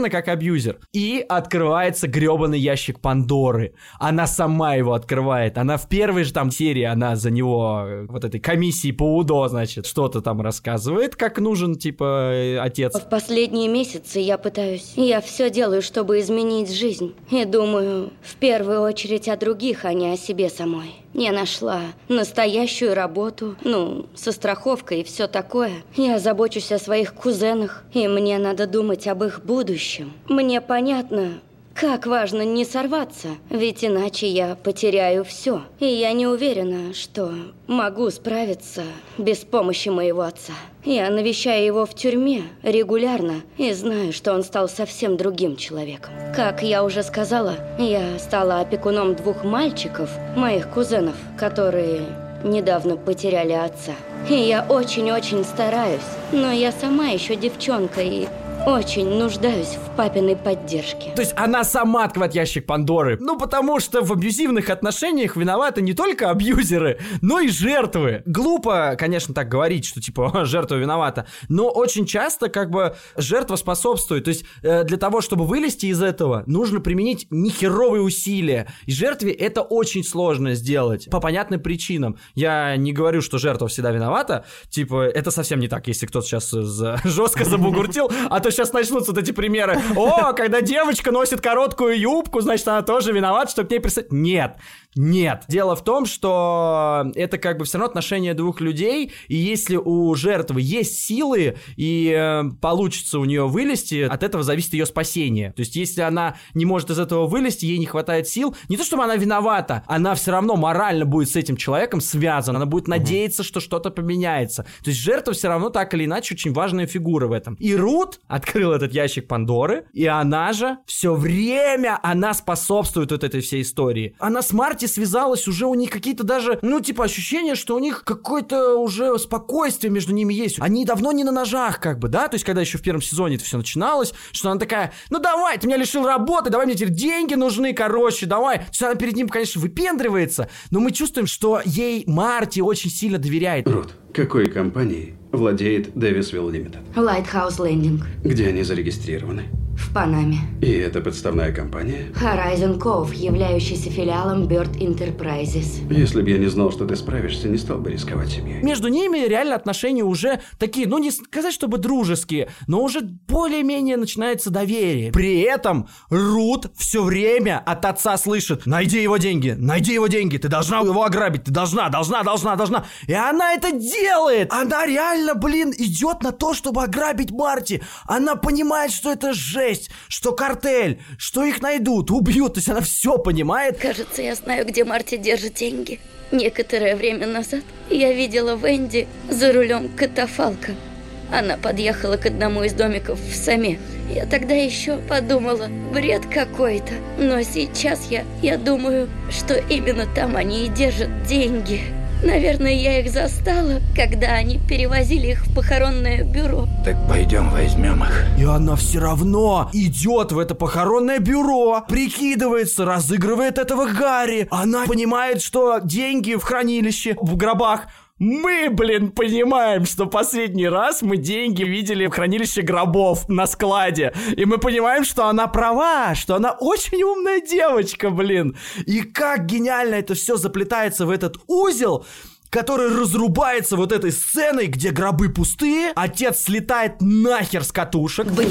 примерно как абьюзер. И открывается гребаный ящик Пандоры. Она сама его открывает. Она в первой же там серии, она за него, вот этой комиссии по УДО, значит, что-то там рассказывает, как нужен, типа, отец. В последние месяцы я пытаюсь... Я все делаю, чтобы изменить жизнь. И думаю, в первую очередь о других, а не о себе самой. Я нашла настоящую работу, ну, со страховкой и все такое. Я забочусь о своих кузенах, и мне надо думать об их будущем. Мне понятно, как важно не сорваться, ведь иначе я потеряю все. И я не уверена, что могу справиться без помощи моего отца. Я навещаю его в тюрьме регулярно и знаю, что он стал совсем другим человеком. Как я уже сказала, я стала опекуном двух мальчиков, моих кузенов, которые недавно потеряли отца. И я очень-очень стараюсь, но я сама еще девчонка и... очень нуждаюсь в папиной поддержке. То есть она сама открывает ящик Пандоры. Ну, потому что в абьюзивных отношениях виноваты не только абьюзеры, но и жертвы. Глупо, конечно, так говорить, что, типа, жертва виновата. Но очень часто, как бы, жертва способствует. То есть э, для того, чтобы вылезти из этого, нужно применить нехеровые усилия. И жертве это очень сложно сделать. По понятным причинам. Я не говорю, что жертва всегда виновата. Типа, это совсем не так, если кто-то сейчас за... жестко забугуртил, а то сейчас начнутся вот эти примеры. О, когда девочка носит короткую юбку, значит, она тоже виновата, что к ней пристать. Нет, нет. Дело в том, что это как бы все равно отношения двух людей, и если у жертвы есть силы, и э, получится у нее вылезти, от этого зависит ее спасение. То есть, если она не может из этого вылезти, ей не хватает сил, не то чтобы она виновата, она все равно морально будет с этим человеком связана, она будет надеяться, что что-то поменяется. То есть, жертва все равно так или иначе очень важная фигура в этом. И Рут открыл этот ящик Пандоры, и она же все время, она способствует вот этой всей истории. Она с Марти связалась, уже у них какие-то даже, ну, типа, ощущения, что у них какое-то уже спокойствие между ними есть. Они давно не на ножах, как бы, да? То есть, когда еще в первом сезоне это все начиналось, что она такая, ну, давай, ты меня лишил работы, давай, мне теперь деньги нужны, короче, давай. То есть, она перед ним, конечно, выпендривается, но мы чувствуем, что ей Марти очень сильно доверяет. Рут, какой компанией владеет Дэвисвилл Лимитед? Lighthouse Landing. Где они зарегистрированы? В Панаме. И это подставная компания? Horizon Cove, являющийся филиалом Bird Enterprises. Если бы я не знал, что ты справишься, не стал бы рисковать семьей. Между ними реально отношения уже такие, ну не сказать, чтобы дружеские, но уже более-менее начинается доверие. При этом Рут все время от отца слышит: найди его деньги, найди его деньги, ты должна его ограбить, ты должна, должна, должна, должна. И она это делает! Она реально, блин, идет на то, чтобы ограбить Марти. Она понимает, что это жесть, что картель, что их найдут, убьют, то есть она все понимает. Кажется, я знаю, где Марти держит деньги. Некоторое время назад я видела Венди за рулем катафалка. Она подъехала к одному из домиков в Саме. Я тогда еще подумала, бред какой-то. Но сейчас я, я думаю, что именно там они и держат деньги. Наверное, я их застала, когда они перевозили их в похоронное бюро. Так пойдем возьмем их. И она все равно идет в это похоронное бюро, прикидывается, разыгрывает этого Гарри. Она понимает, что деньги в хранилище, в гробах. Мы, блин, понимаем, что последний раз мы деньги видели в хранилище гробов на складе. И мы понимаем, что она права, что она очень умная девочка, блин. И как гениально это все заплетается в этот узел, который разрубается вот этой сценой, где гробы пустые, отец слетает нахер с катушек. Блин.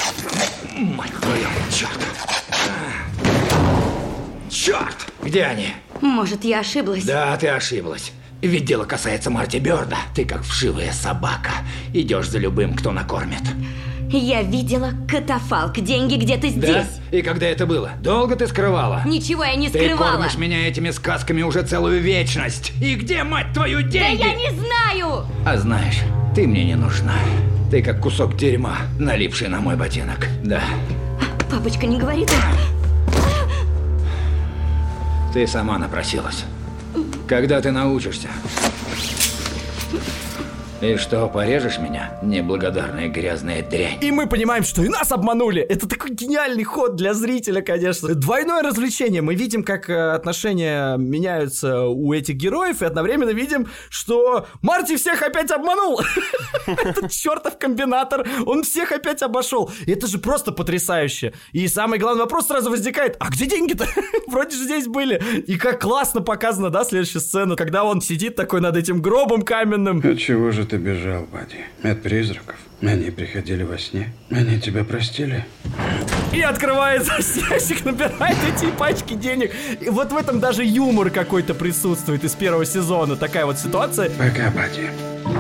Мать твою, черт. Черт, где они? Может, я ошиблась? Да, ты ошиблась. Ведь дело касается Марти Бёрда. Ты как вшивая собака. Идешь за любым, кто накормит. Я видела катафалк. Деньги где-то здесь. Да? И когда это было? Долго ты скрывала? Ничего я не скрывала. Ты кормишь меня этими сказками уже целую вечность. И где, мать твою, деньги? Да я не знаю! А знаешь, ты мне не нужна. Ты как кусок дерьма, налипший на мой ботинок. Да. Папочка, не говори так. Ты сама напросилась. Когда ты научишься? И что, порежешь меня, неблагодарная грязная дрянь? И мы понимаем, что и нас обманули. Это такой гениальный ход для зрителя, конечно. Двойное развлечение. Мы видим, как отношения меняются у этих героев, и одновременно видим, что Марти всех опять обманул. Этот чертов комбинатор, он всех опять обошел. И это же просто потрясающе. И самый главный вопрос сразу возникает: а где деньги-то? Вроде же здесь были. И как классно показано, да, следующая сцена, когда он сидит такой над этим гробом каменным. От чего же ты бежал, Бадди? От призраков? Они приходили во сне? Они тебя простили? И открывается ящик, набирает эти пачки денег. И вот в этом даже юмор какой-то присутствует из первого сезона. Такая вот ситуация. Пока, Бадди.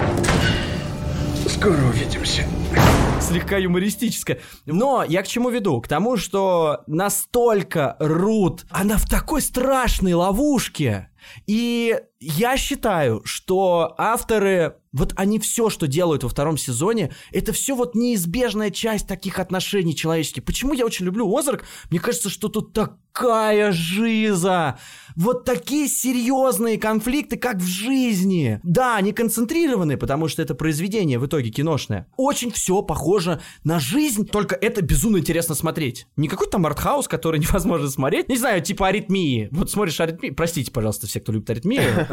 Скоро увидимся. Слегка юмористическая. Но я к чему веду? К тому, что настолько Рут, она в такой страшной ловушке. И я считаю, что авторы, вот они все, что делают во втором сезоне, это все вот неизбежная часть таких отношений человеческих. Почему я очень люблю Озарк? Мне кажется, что тут такая жиза. Вот такие серьезные конфликты, как в жизни. Да, они концентрированы, потому что это произведение в итоге киношное. Очень все похоже на жизнь, только это безумно интересно смотреть. Не какой-то там артхаус, который невозможно смотреть. Не знаю, типа «Аритмии». Вот смотришь «Аритмии», простите, пожалуйста, все, кто любит «Аритмию».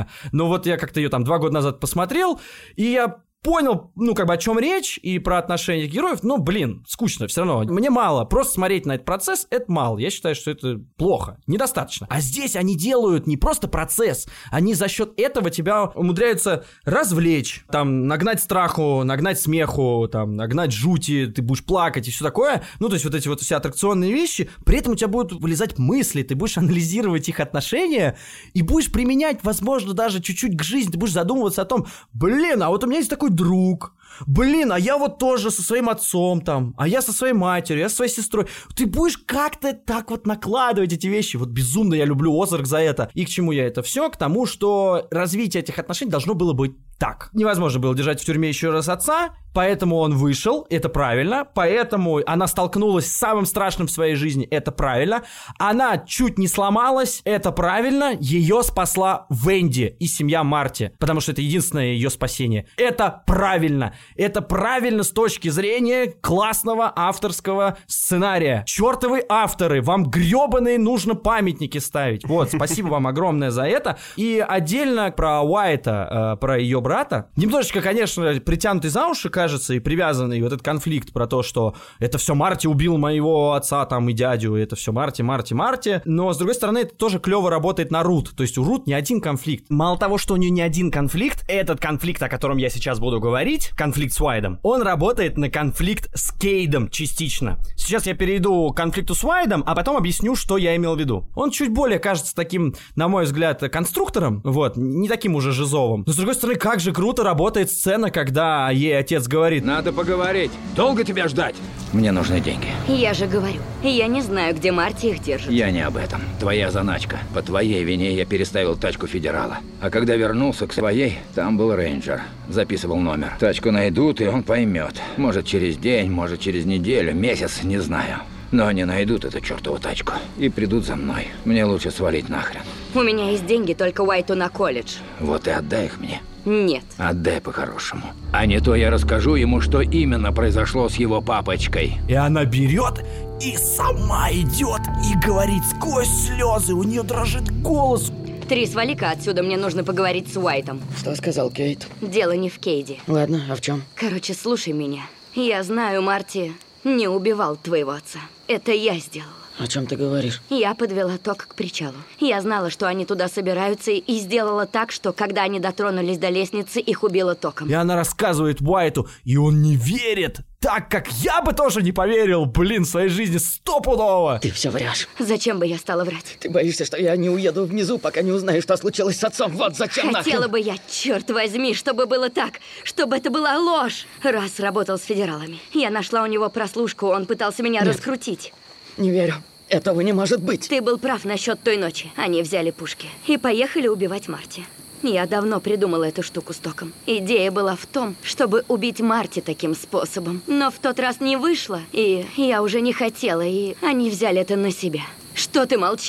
Но вот я как-то ее там два года назад посмотрел, и я понял, ну, как бы, о чем речь и про отношения героев, но, блин, скучно все равно. Мне мало. Просто смотреть на этот процесс — это мало. Я считаю, что это плохо, недостаточно. А здесь они делают не просто процесс, они за счет этого тебя умудряются развлечь, там, нагнать страху, нагнать смеху, там, нагнать жути, ты будешь плакать и все такое. Ну, то есть вот эти вот все аттракционные вещи. При этом у тебя будут вылезать мысли, ты будешь анализировать их отношения и будешь применять, возможно, даже чуть-чуть к жизни. Ты будешь задумываться о том: блин, а вот у меня есть такой друг, блин, а я вот тоже со своим отцом там, а я со своей матерью, я со своей сестрой. Ты будешь как-то так вот накладывать эти вещи. Вот безумно я люблю Озарк за это. И к чему я это все? К тому, что развитие этих отношений должно было быть так. Невозможно было держать в тюрьме еще раз отца, поэтому он вышел, это правильно. Поэтому она столкнулась с самым страшным в своей жизни, это правильно. Она чуть не сломалась, это правильно. Ее спасла Венди и семья Марти, потому что это единственное ее спасение. Это правильно. Это правильно с точки зрения классного авторского сценария. Чертовы авторы, вам гребаные нужно памятники ставить. Вот, спасибо вам огромное за это. И отдельно про Уайта, э, про ее брата. Немножечко, конечно, притянутый за уши, кажется, и привязанный вот этот конфликт про то, что это все Марти убил моего отца там и дядю, это все Марти, Марти, Марти. Но, с другой стороны, это тоже клево работает на Рут. То есть у Рут не один конфликт. Мало того, что у нее не один конфликт, этот конфликт, о котором я сейчас буду говорить, конфликт с Уайдом, он работает на конфликт с Кейдом частично. Сейчас я перейду к конфликту с Уайдом, а потом объясню, что я имел в виду. Он чуть более кажется таким, на мой взгляд, конструктором, вот, не таким уже жизовым. Но, с другой стороны, как же круто работает сцена, когда ей отец говорит: надо поговорить. Долго тебя ждать? Мне нужны деньги. Я же говорю, я не знаю, где Марти их держит. Я не об этом. Твоя заначка. По твоей вине я переставил тачку федерала. А когда вернулся к своей, там был рейнджер. Записывал номер. Тачку найдут, и он поймет. Может, через день, может, через неделю, месяц, не знаю. Но они найдут эту чертову тачку и придут за мной. Мне лучше свалить нахрен. У меня есть деньги только Уайту на колледж. Вот и отдай их мне. Нет. Отдай по-хорошему. А не то я расскажу ему, что именно произошло с его папочкой. И она берет и сама идет и говорит сквозь слезы, у нее дрожит голос. Трис, вали-ка отсюда, мне нужно поговорить с Уайтом. Что сказал Кейт? Дело не в Кейде. Ладно, а в чем? Короче, слушай меня. Я знаю, Марти не убивал твоего отца. Это я сделала. О чем ты говоришь? Я подвела ток к причалу. Я знала, что они туда собираются, и сделала так, что когда они дотронулись до лестницы, их убило током. И она рассказывает Уайту, и он не верит. Так, как я бы тоже не поверил, блин, в своей жизни стопудово. Ты все врешь. Зачем бы я стала врать? Ты боишься, что я не уеду внизу, пока не узнаю, что случилось с отцом. Вот зачем нахрен. Хотела бы я, черт возьми, чтобы было так, чтобы это была ложь. Раз работал с федералами. Я нашла у него прослушку, он пытался меня Нет. раскрутить. Не верю. Этого не может быть. Ты был прав насчет той ночи. Они взяли пушки и поехали убивать Марти. Я давно придумала эту штуку с током. Идея была в том, чтобы убить Марти таким способом. Но в тот раз не вышло, и я уже не хотела, и они взяли это на себя. Что ты молчишь?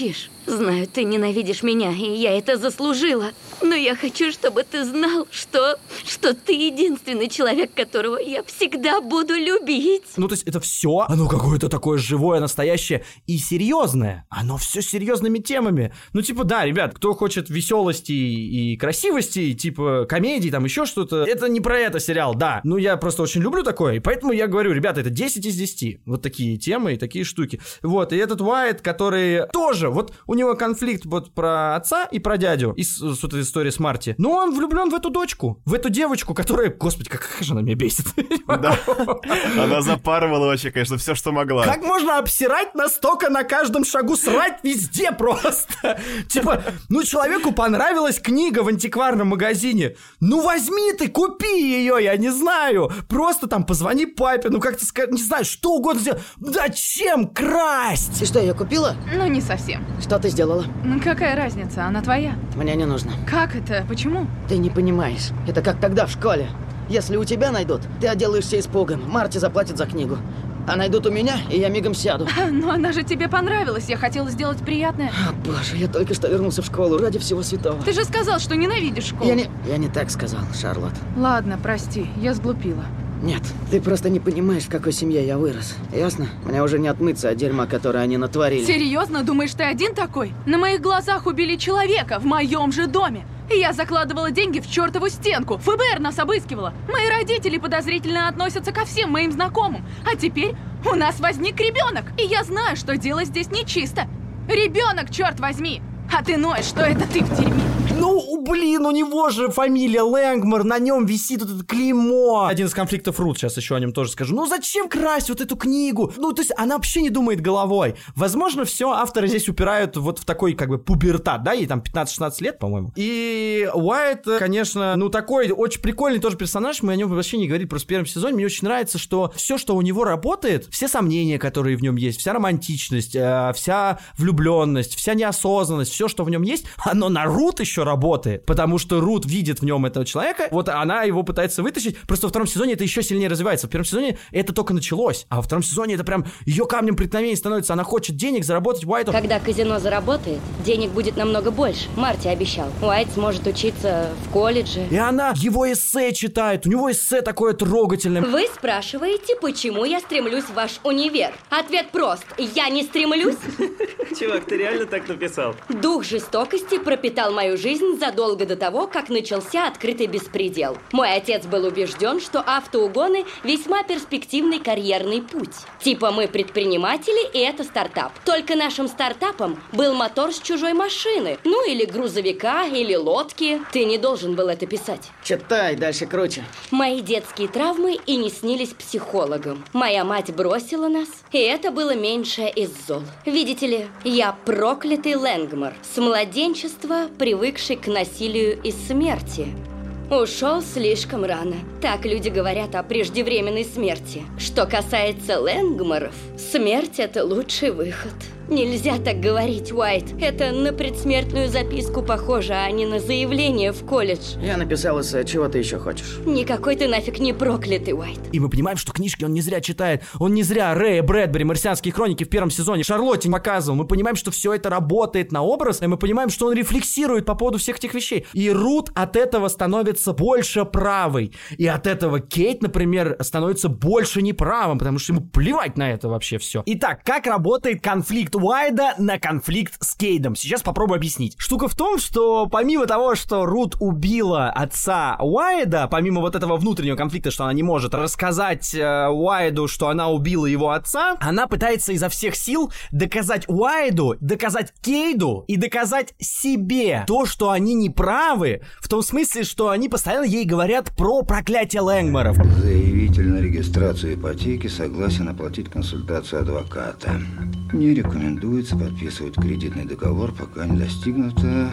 Знаю, ты ненавидишь меня, и я это заслужила. Но я хочу, чтобы ты знал, что, что ты единственный человек, которого я всегда буду любить. Ну, то есть это все, оно какое-то такое живое, настоящее и серьезное. Оно все серьезными темами. Ну, типа, да, ребят, кто хочет веселости и красивости, типа комедии, там еще что-то, это не про это сериал, да. Ну, я просто очень люблю такое, и поэтому я говорю, ребята, это десять из десяти. Вот такие темы и такие штуки. Вот, и этот Уайт, который тоже, вот у него конфликт вот про отца и про дядю из с этой истории с Марти. Но он влюблен в эту дочку, в эту девочку, которая, господи, какая же она меня бесит. Да, она запарывала вообще, конечно, все, что могла. Как можно обсирать настолько на каждом шагу, срать везде просто? Типа, ну человеку понравилась книга в антикварном магазине, ну возьми ты, купи ее, я не знаю. Просто там позвони папе, ну как-то, не знаю, что угодно сделай. Зачем красть? И что, ее купила? Ну, не совсем. Что ты сделала? Ну, какая разница? Она твоя. Мне не нужно. Как это? Почему? Ты не понимаешь. Это как тогда в школе. Если у тебя найдут, ты отделаешься испугом. Марти заплатит за книгу. А найдут у меня, и я мигом сяду. Но она же тебе понравилась. Я хотела сделать приятное. О, боже, я только что вернулся в школу. Ради всего святого. Ты же сказал, что ненавидишь школу. Я не, я не так сказал, Шарлотт. Ладно, прости. Я сглупила. Нет, ты просто не понимаешь, в какой семье я вырос. Ясно? Мне уже не отмыться от дерьма, которое они натворили. Серьезно? Думаешь, ты один такой? На моих глазах убили человека в моем же доме. И я закладывала деньги в чертову стенку. эф бэ эр нас обыскивало. Мои родители подозрительно относятся ко всем моим знакомым. А теперь у нас возник ребенок. И я знаю, что дело здесь нечисто. Ребенок, черт возьми! А ты ноешь, что это ты в дерьме. Ну, блин, у него же фамилия Лэнгмор, на нем висит вот это клеймо. Один из конфликтов Рут, сейчас еще о нем тоже скажу. Ну, зачем красть вот эту книгу? Ну, то есть она вообще не думает головой. Возможно, все авторы здесь упирают вот в такой, как бы, пубертат, да, ей там пятнадцать-шестнадцать лет, по-моему. И Уайт, конечно, ну, такой очень прикольный тоже персонаж, мы о нем вообще не говорили просто в первом сезоне. Мне очень нравится, что все, что у него работает, все сомнения, которые в нем есть, вся романтичность, э, вся влюбленность, вся неосознанность, все, что в нем есть, оно на Рут еще работает, потому что Рут видит в нем этого человека, вот она его пытается вытащить, просто во втором сезоне это еще сильнее развивается. В первом сезоне это только началось, а во втором сезоне это прям ее камнем преткновения становится, она хочет денег заработать Уайту. Когда казино заработает, денег будет намного больше, Марти обещал. Уайт сможет учиться в колледже. И она его эссе читает, у него эссе такое трогательное. Вы спрашиваете, почему я стремлюсь в ваш универ? Ответ прост, я не стремлюсь. Чувак, ты реально так написал? Дух жестокости пропитал мою жизнь задолго до того, как начался открытый беспредел. Мой отец был убежден, что автоугоны весьма перспективный карьерный путь. Типа мы предприниматели, и это стартап. Только нашим стартапом был мотор с чужой машины. Ну или грузовика, или лодки. Ты не должен был это писать. Читай, дальше круче. Мои детские травмы и не снились психологам. Моя мать бросила нас, и это было меньшее из зол. Видите ли, я проклятый Лэнгмор, с младенчества привыкший к насилию и смерти. Ушел слишком рано. Так люди говорят о преждевременной смерти. Что касается Лэнгморов, смерть – это лучший выход. Нельзя так говорить, Уайт. Это на предсмертную записку похоже, а не на заявление в колледж. Я написал эссе, чего ты еще хочешь? Никакой ты нафиг не проклятый, Уайт. И мы понимаем, что книжки он не зря читает. Он не зря Рэя Брэдбери, «Марсианские хроники» в первом сезоне Шарлотте показывал. Мы понимаем, что все это работает на образ, и мы понимаем, что он рефлексирует по поводу всех этих вещей. И Рут от этого становится больше правой. И от этого Кейт, например, становится больше неправым, потому что ему плевать на это вообще все. Итак, как работает конфликт Уайда на конфликт с Кейдом? Сейчас попробую объяснить. Штука в том, что помимо того, что Рут убила отца Уайда, помимо вот этого внутреннего конфликта, что она не может рассказать э, Уайду, что она убила его отца, она пытается изо всех сил доказать Уайду, доказать Кейду и доказать себе то, что они не правы, в том смысле, что они постоянно ей говорят про проклятие Лэнгморов. Заявитель на регистрацию ипотеки согласен оплатить консультацию адвоката. Не рекомендуется подписывать кредитный договор, пока не достигнуто...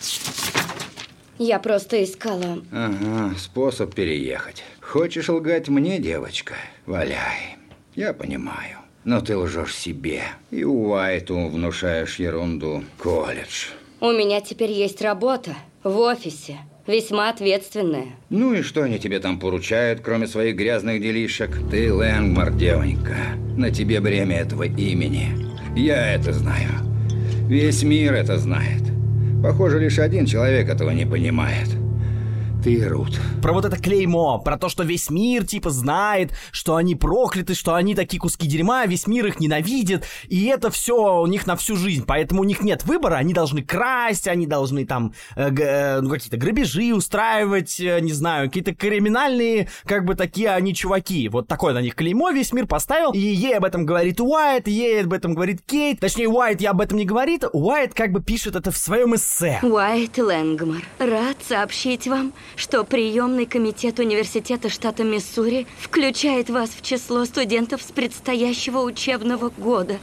Я просто искала... Ага, способ переехать. Хочешь лгать мне, девочка? Валяй. Я понимаю. Но ты лжешь себе. И Уайту внушаешь ерунду. Колледж. У меня теперь есть работа в офисе. Весьма ответственная. Ну и что они тебе там поручают, кроме своих грязных делишек? Ты Лэнгмор, девонька. На тебе бремя этого имени. Я это знаю. Весь мир это знает. Похоже, лишь один человек этого не понимает. Ты, Рут. Про вот это клеймо, про то, что весь мир, типа, знает, что они прокляты, что они такие куски дерьма, весь мир их ненавидит, и это все у них на всю жизнь, поэтому у них нет выбора, они должны красть, они должны там э, г- ну, какие-то грабежи устраивать, э, не знаю, какие-то криминальные, как бы, такие они чуваки. Вот такое на них клеймо весь мир поставил, и ей об этом говорит Уайт, ей об этом говорит Кейт, точнее, Уайт ей об этом не говорит, Уайт как бы пишет это в своем эссе. Уайт Лэнгмор, рад сообщить вам, что приемный комитет университета штата Миссури включает вас в число студентов с предстоящего учебного года.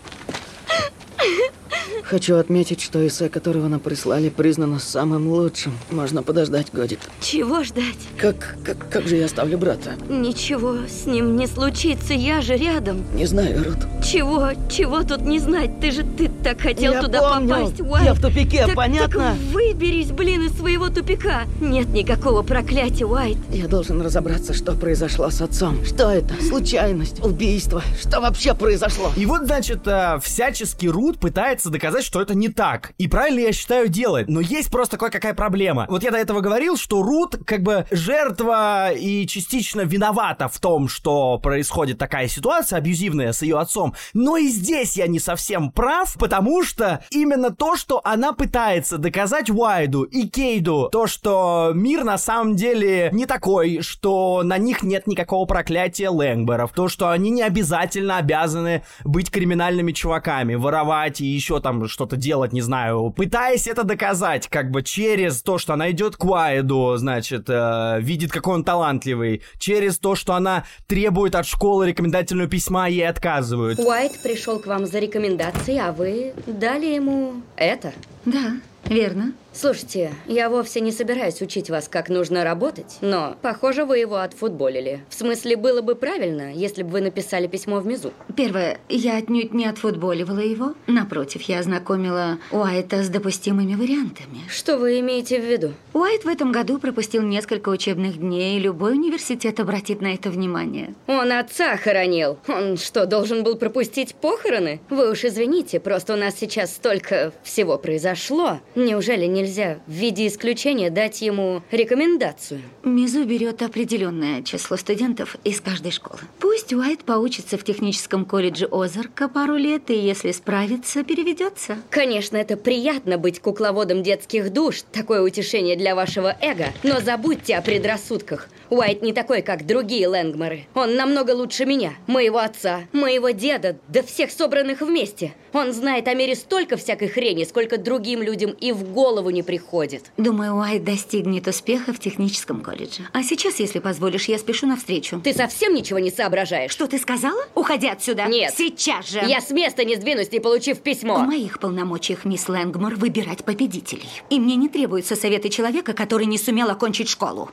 Хочу отметить, что эссе, которое вы нам прислали, признано самым лучшим. Можно подождать годик. Чего ждать? Как, как, как же я оставлю брата? Ничего с ним не случится, я же рядом. Не знаю, Рут. Чего? Чего тут не знать? Ты же, ты так хотел я туда помню. попасть, Уайт. Я в тупике, так, понятно? Так выберись, блин, из своего тупика. Нет никакого проклятия, Уайт. Я должен разобраться, что произошло с отцом. Что это? Случайность? Убийство? Что вообще произошло? И вот, значит, всячески Рут пытается доказать, что это не так. И правильно, я считаю, делает. Но есть просто кое-какая проблема. Вот я до этого говорил, что Рут как бы жертва и частично виновата в том, что происходит такая ситуация абьюзивная с ее отцом. Но и здесь я не совсем прав, потому что именно то, что она пытается доказать Уайду и Кейду, то, что мир на самом деле не такой, что на них нет никакого проклятия Лэнгморов, то, что они не обязательно обязаны быть криминальными чуваками, воровать и еще там что-то делать, не знаю, пытаясь это доказать, как бы через то, что она идет к Уайду, значит, э, видит, какой он талантливый, через то, что она требует от школы рекомендательного письма, ей отказывают. Уайт пришел к вам за рекомендацией, а вы дали ему это? Да, верно. Слушайте, я вовсе не собираюсь учить вас, как нужно работать, но, похоже, вы его отфутболили. В смысле, было бы правильно, если бы вы написали письмо в Мизу. Первое, я отнюдь не отфутболивала его. Напротив, я ознакомила Уайта с допустимыми вариантами. Что вы имеете в виду? Уайт в этом году пропустил несколько учебных дней, и любой университет обратит на это внимание. Он отца хоронил. Он что, должен был пропустить похороны? Вы уж извините, просто у нас сейчас столько всего произошло. Неужели нельзя в виде исключения дать ему рекомендацию? Мизу берет определенное число студентов из каждой школы. Пусть Уайт поучится в техническом колледже Озарка пару лет, и если справится, переведется. Конечно, это приятно быть кукловодом детских душ, такое утешение для вашего эго, но забудьте о предрассудках. Уайт не такой, как другие Лэнгморы. Он намного лучше меня, моего отца, моего деда, да всех собранных вместе. Он знает о мире столько всякой хрени, сколько другим людям и в голову не приходит. Думаю, Уайт достигнет успеха в техническом колледже. А сейчас, если позволишь, я спешу навстречу. Ты совсем ничего не соображаешь? Что ты сказала? Уходи отсюда. Нет. Сейчас же. Я с места не сдвинусь, не получив письмо. В моих полномочиях, мисс Лэнгмор, выбирать победителей. И мне не требуются советы человека, который не сумел окончить школу.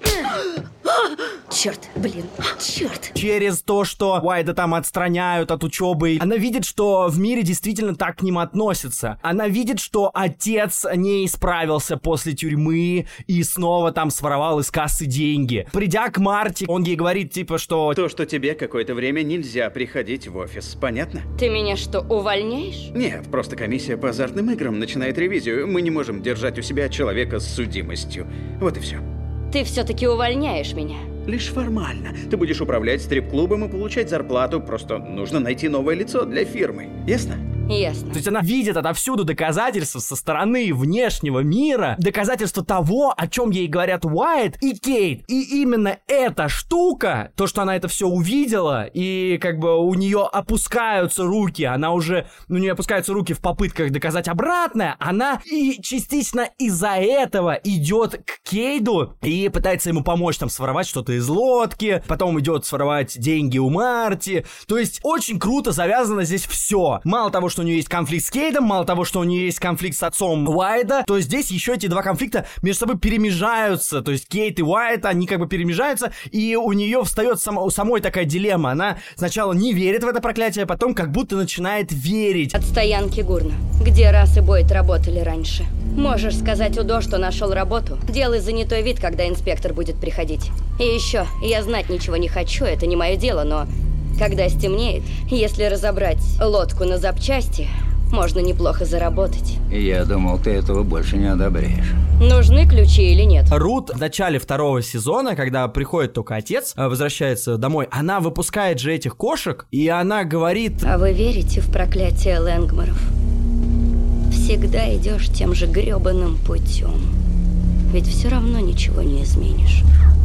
Черт, блин, черт. Через то, что Уайда там отстраняют от учебы, она видит, что в мире действительно так к ним относятся. Она видит, что отец не исправился после тюрьмы и снова там своровал из кассы деньги. Придя к Марти, он ей говорит, типа, что... То, что тебе какое-то время нельзя приходить в офис, понятно? Ты меня что, увольняешь? Нет, просто комиссия по азартным играм начинает ревизию. Мы не можем держать у себя человека с судимостью. Вот и все. Ты все-таки увольняешь меня? Лишь формально. Ты будешь управлять стрип-клубом и получать зарплату. Просто нужно найти новое лицо для фирмы. Ясно? Ясно. То есть она видит отовсюду доказательства со стороны внешнего мира, доказательства того, о чем ей говорят Уайт и Кейт. И именно эта штука, то, что она это все увидела, и как бы у нее опускаются руки, она уже, у нее опускаются руки в попытках доказать обратное, она и частично из-за этого идет к Кейду и пытается ему помочь там своровать что-то из лодки, потом идет своровать деньги у Марти. То есть очень круто завязано здесь все. Мало того, что у нее есть конфликт с Кейдом, мало того, что у нее есть конфликт с отцом Уайда, то здесь еще эти два конфликта между собой перемежаются. То есть Кейт и Уайт, они как бы перемежаются, и у нее встает сам, у самой такая дилемма. Она сначала не верит в это проклятие, а потом как будто начинает верить. От стоянки Гурна, где Расс и Бойд работали раньше. Можешь сказать Удо, что нашел работу. Делай занятой вид, когда инспектор будет приходить. И еще, я знать ничего не хочу, это не мое дело, но... Когда стемнеет, если разобрать лодку на запчасти, можно неплохо заработать. Я думал, ты этого больше не одобряешь. Нужны ключи или нет? Рут в начале второго сезона, когда приходит только отец, возвращается домой, она выпускает же этих кошек, и она говорит... А вы верите в проклятие Лэнгморов? Всегда идешь тем же грёбаным путем. Ведь все равно ничего не изменишь.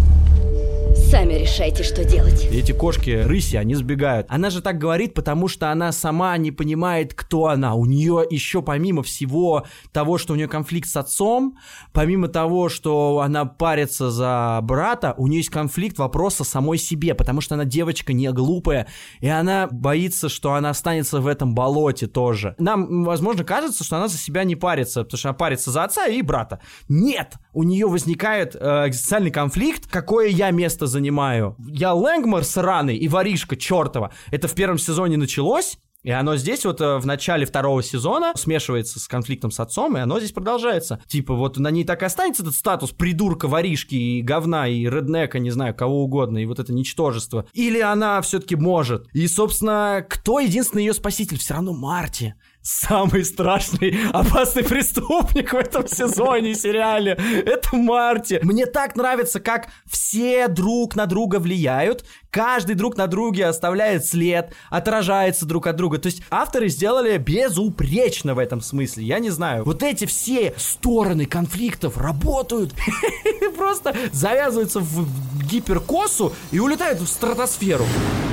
Сами решайте, что делать. Эти кошки, рыси, они сбегают. Она же так говорит, потому что она сама не понимает, кто она. У нее еще помимо всего того, что у нее конфликт с отцом, помимо того, что она парится за брата, у нее есть конфликт вопроса самой себе, потому что она девочка не глупая, и она боится, что она останется в этом болоте тоже. Нам, возможно, кажется, что она за себя не парится, потому что она парится за отца и брата. Нет! У нее возникает э, экзистенциальный конфликт, какое я место занимаю. Я Лэнгмор сраный и воришка чертова. Это в первом сезоне началось, и оно здесь вот э, в начале второго сезона смешивается с конфликтом с отцом, и оно здесь продолжается. Типа вот на ней так и останется этот статус придурка, воришки и говна, и реднека, не знаю, кого угодно, и вот это ничтожество. Или она все-таки может. И, собственно, кто единственный ее спаситель? Все равно Марти. Самый страшный, опасный преступник в этом сезоне сериале. Это Марти. Мне так нравится, как все друг на друга влияют. Каждый друг на друге оставляет след, отражается друг от друга. То есть авторы сделали безупречно в этом смысле. Я не знаю. Вот эти все стороны конфликтов работают. Просто завязываются в гиперкосу и улетают в стратосферу.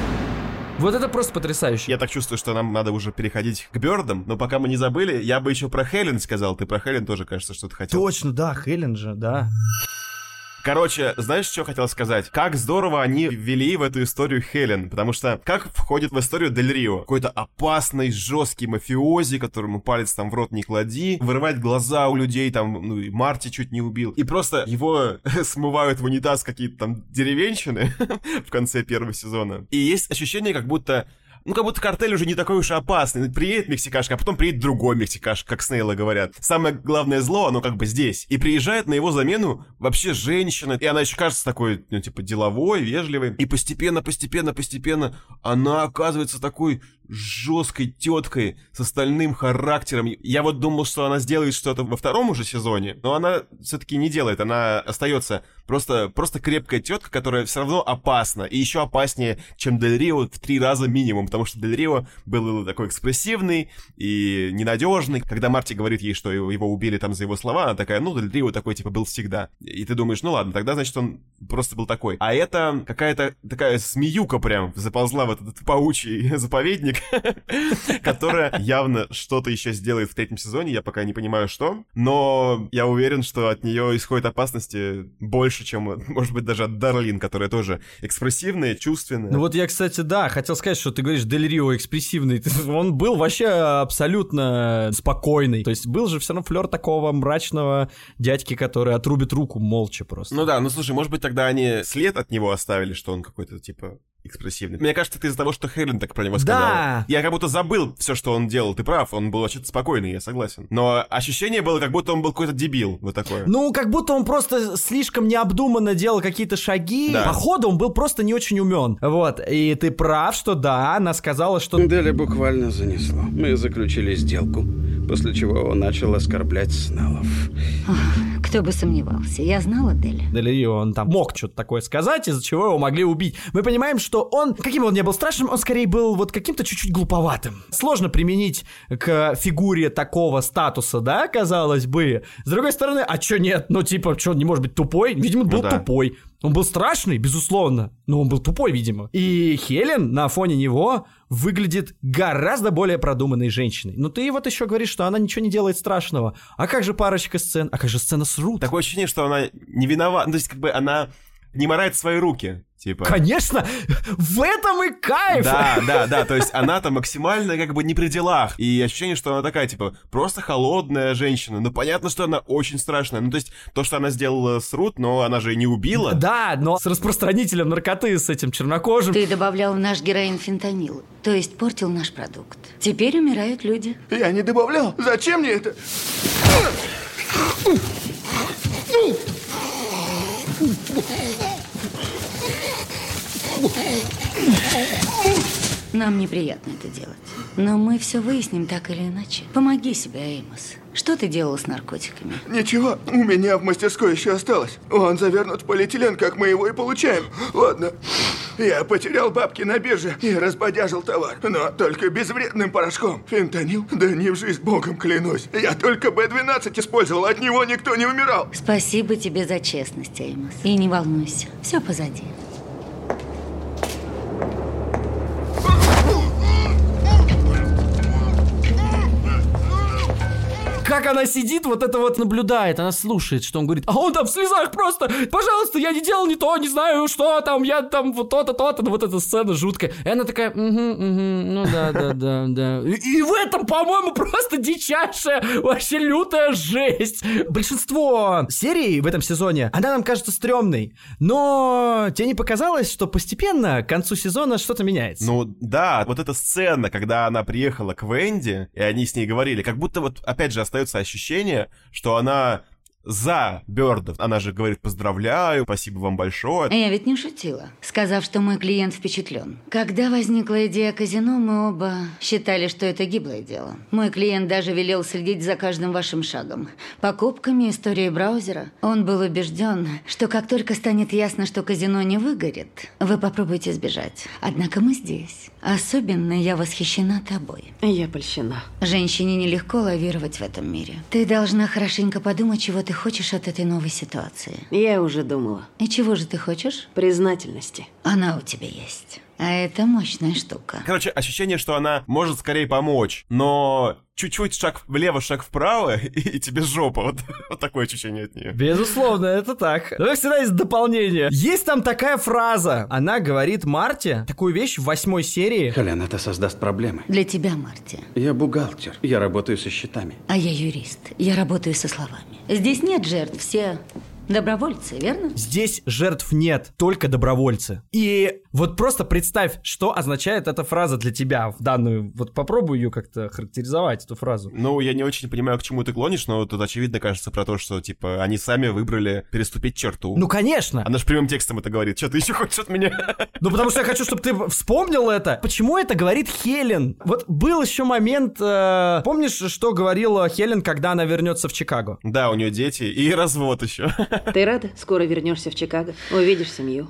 Вот это просто потрясающе. Я так чувствую, что нам надо уже переходить к Бёрдам, но пока мы не забыли, я бы еще про Хелен сказал. Ты про Хелен тоже, кажется, что-то хотел. Точно, да, Хелен же, да. Короче, знаешь, что хотел сказать? Как здорово они ввели в эту историю Хелен, потому что как входит в историю Дель Рио? Какой-то опасный, жесткий мафиози, которому палец там в рот не клади, вырывать глаза у людей, там, ну, и Марти чуть не убил. И просто его смывают в унитаз какие-то там деревенщины в конце первого сезона. И есть ощущение, как будто... Ну, как будто картель уже не такой уж и опасный. Приедет мексикашка, а потом приедет другой мексикашка, как Снейла говорят. Самое главное зло, оно как бы здесь. И приезжает на его замену вообще женщина. И она еще кажется такой, ну, типа, деловой, вежливой. И постепенно, постепенно, постепенно она оказывается такой жесткой теткой с остальным характером. Я вот думал, что она сделает что-то во втором уже сезоне, но она все-таки не делает. Она остается просто, просто крепкая тетка, которая все равно опасна. И еще опаснее, чем Дель Рио в три раза минимум. Потому что Дель Рио был такой экспрессивный и ненадежный. Когда Марти говорит ей, что его убили там за его слова, она такая, ну, Дель Рио такой, типа, был всегда. И ты думаешь, ну ладно, тогда, значит, он просто был такой. А это какая-то такая змеюка прям заползла в этот паучий заповедник, которая явно что-то еще сделает в третьем сезоне, я пока не понимаю, что. Но я уверен, что от нее исходит опасности больше, чем, может быть, даже от Дарлин, которая тоже экспрессивная, чувственная. Ну вот я, кстати, да, хотел сказать, что ты говоришь, Дель Рио экспрессивный, он был вообще абсолютно спокойный. То есть был же все равно флер такого мрачного дядьки, который отрубит руку молча просто. Ну да, ну слушай, может быть, тогда они след от него оставили, что он какой-то, типа, экспрессивный. Мне кажется, это из-за того, что Хелен так про него сказала. Да! Я как будто забыл все, что он делал. Ты прав, он был вообще-то спокойный, я согласен. Но ощущение было, как будто он был какой-то дебил, вот такое. Ну, как будто он просто слишком необдуманно делал какие-то шаги. Да. Походу, он был просто не очень умен. Вот, и ты прав, что да, она сказала, что... Деля буквально занесло. Мы заключили сделку, после чего он начал оскорблять Снеллов. Кто бы сомневался, я знала Деля. Дель Рио, он там мог что-то такое сказать, из-за чего его могли убить. Мы понимаем, что он, каким он не был страшным, он скорее был вот каким-то чуть-чуть глуповатым. Сложно применить к фигуре такого статуса, да, казалось бы. С другой стороны, а чё нет? Ну, типа, чё, он не может быть тупой? Видимо, был ну, да. тупой. Он был страшный, безусловно, но он был тупой, видимо. И Хелен на фоне него выглядит гораздо более продуманной женщиной. Но ты вот еще говоришь, что она ничего не делает страшного. А как же парочка сцен? А как же сцена с Рут? Такое ощущение, что она не виновата. Ну, то есть, как бы она не морает свои руки. Типа. Конечно! В этом и кайф! Да, да, да, то есть она-то максимально как бы не при делах. И ощущение, что она такая, типа, просто холодная женщина. Ну, понятно, что она очень страшная. Ну, то есть то, что она сделала с Рут, но она же и не убила. Да, но с распространителем наркоты, с этим чернокожим. Ты добавлял в наш героин фентанил, то есть портил наш продукт. Теперь умирают люди. Я не добавлял. Зачем мне это? Нам неприятно это делать. Но мы все выясним так или иначе. Помоги себе, Эймос. Что ты делал с наркотиками? Ничего, у меня в мастерской еще осталось. Он завернут в полиэтилен, как мы его и получаем. Ладно, я потерял бабки на бирже и разбодяжил товар. Но только безвредным порошком. Фентанил? Да не в жизнь, богом клянусь. Я только бэ двенадцать использовал, от него никто не умирал. Спасибо тебе за честность, Эймос. И не волнуйся, все позади. Как она сидит, вот это вот наблюдает, она слушает, что он говорит, а он там в слезах просто, пожалуйста, я не делал не то, не знаю, что там, я там вот то-то, то-то, ну вот эта сцена жуткая. И она такая, угу, угу, ну да, да, да, да. И, и в этом, по-моему, просто дичайшая, вообще лютая жесть. Большинство серий в этом сезоне, она нам кажется стрёмной, но тебе не показалось, что постепенно к концу сезона что-то меняется? Ну да, вот эта сцена, когда она приехала к Венди, и они с ней говорили, как будто вот, опять же, остается ощущение, что она за Бёрдов. Она же говорит: поздравляю, спасибо вам большое. Я ведь не шутила, сказав, что мой клиент впечатлен. Когда возникла идея казино, мы оба считали, что это гиблое дело. Мой клиент даже велел следить за каждым вашим шагом. Покупками, историей браузера. Он был убежден, что как только станет ясно, что казино не выгорит, вы попробуете сбежать. Однако мы здесь. Особенно я восхищена тобой. Я польщена. Женщине нелегко лавировать в этом мире. Ты должна хорошенько подумать, чего ты хочешь от этой новой ситуации. Я уже думала. И чего же ты хочешь? Признательности. Она у тебя есть. А это мощная штука. Короче, ощущение, что она может скорее помочь, но чуть-чуть шаг влево, шаг вправо, и тебе жопа. Вот, вот такое ощущение от нее. Безусловно, это так. Но всегда есть дополнение. Есть там такая фраза. Она говорит Марте такую вещь в восьмой серии. Хелен, это создаст проблемы. Для тебя, Марти. Я бухгалтер. Я работаю со счетами. А я юрист. Я работаю со словами. Здесь нет жертв, все... добровольцы, верно? Здесь жертв нет, только добровольцы. И вот просто представь, что означает эта фраза для тебя в данную... Вот попробуй ее как-то характеризовать, эту фразу. Ну, я не очень понимаю, к чему ты клонишь, но тут очевидно кажется про то, что, типа, они сами выбрали переступить черту. Ну, конечно! Она же прямым текстом это говорит. Что ты еще хочешь от меня? Ну, потому что я хочу, чтобы ты вспомнил это. Почему это говорит Хелен? Вот был еще момент... Э, помнишь, что говорила Хелен, когда она вернется в Чикаго? Да, у нее дети и развод еще. Ты рада? Скоро вернешься в Чикаго. Увидишь семью.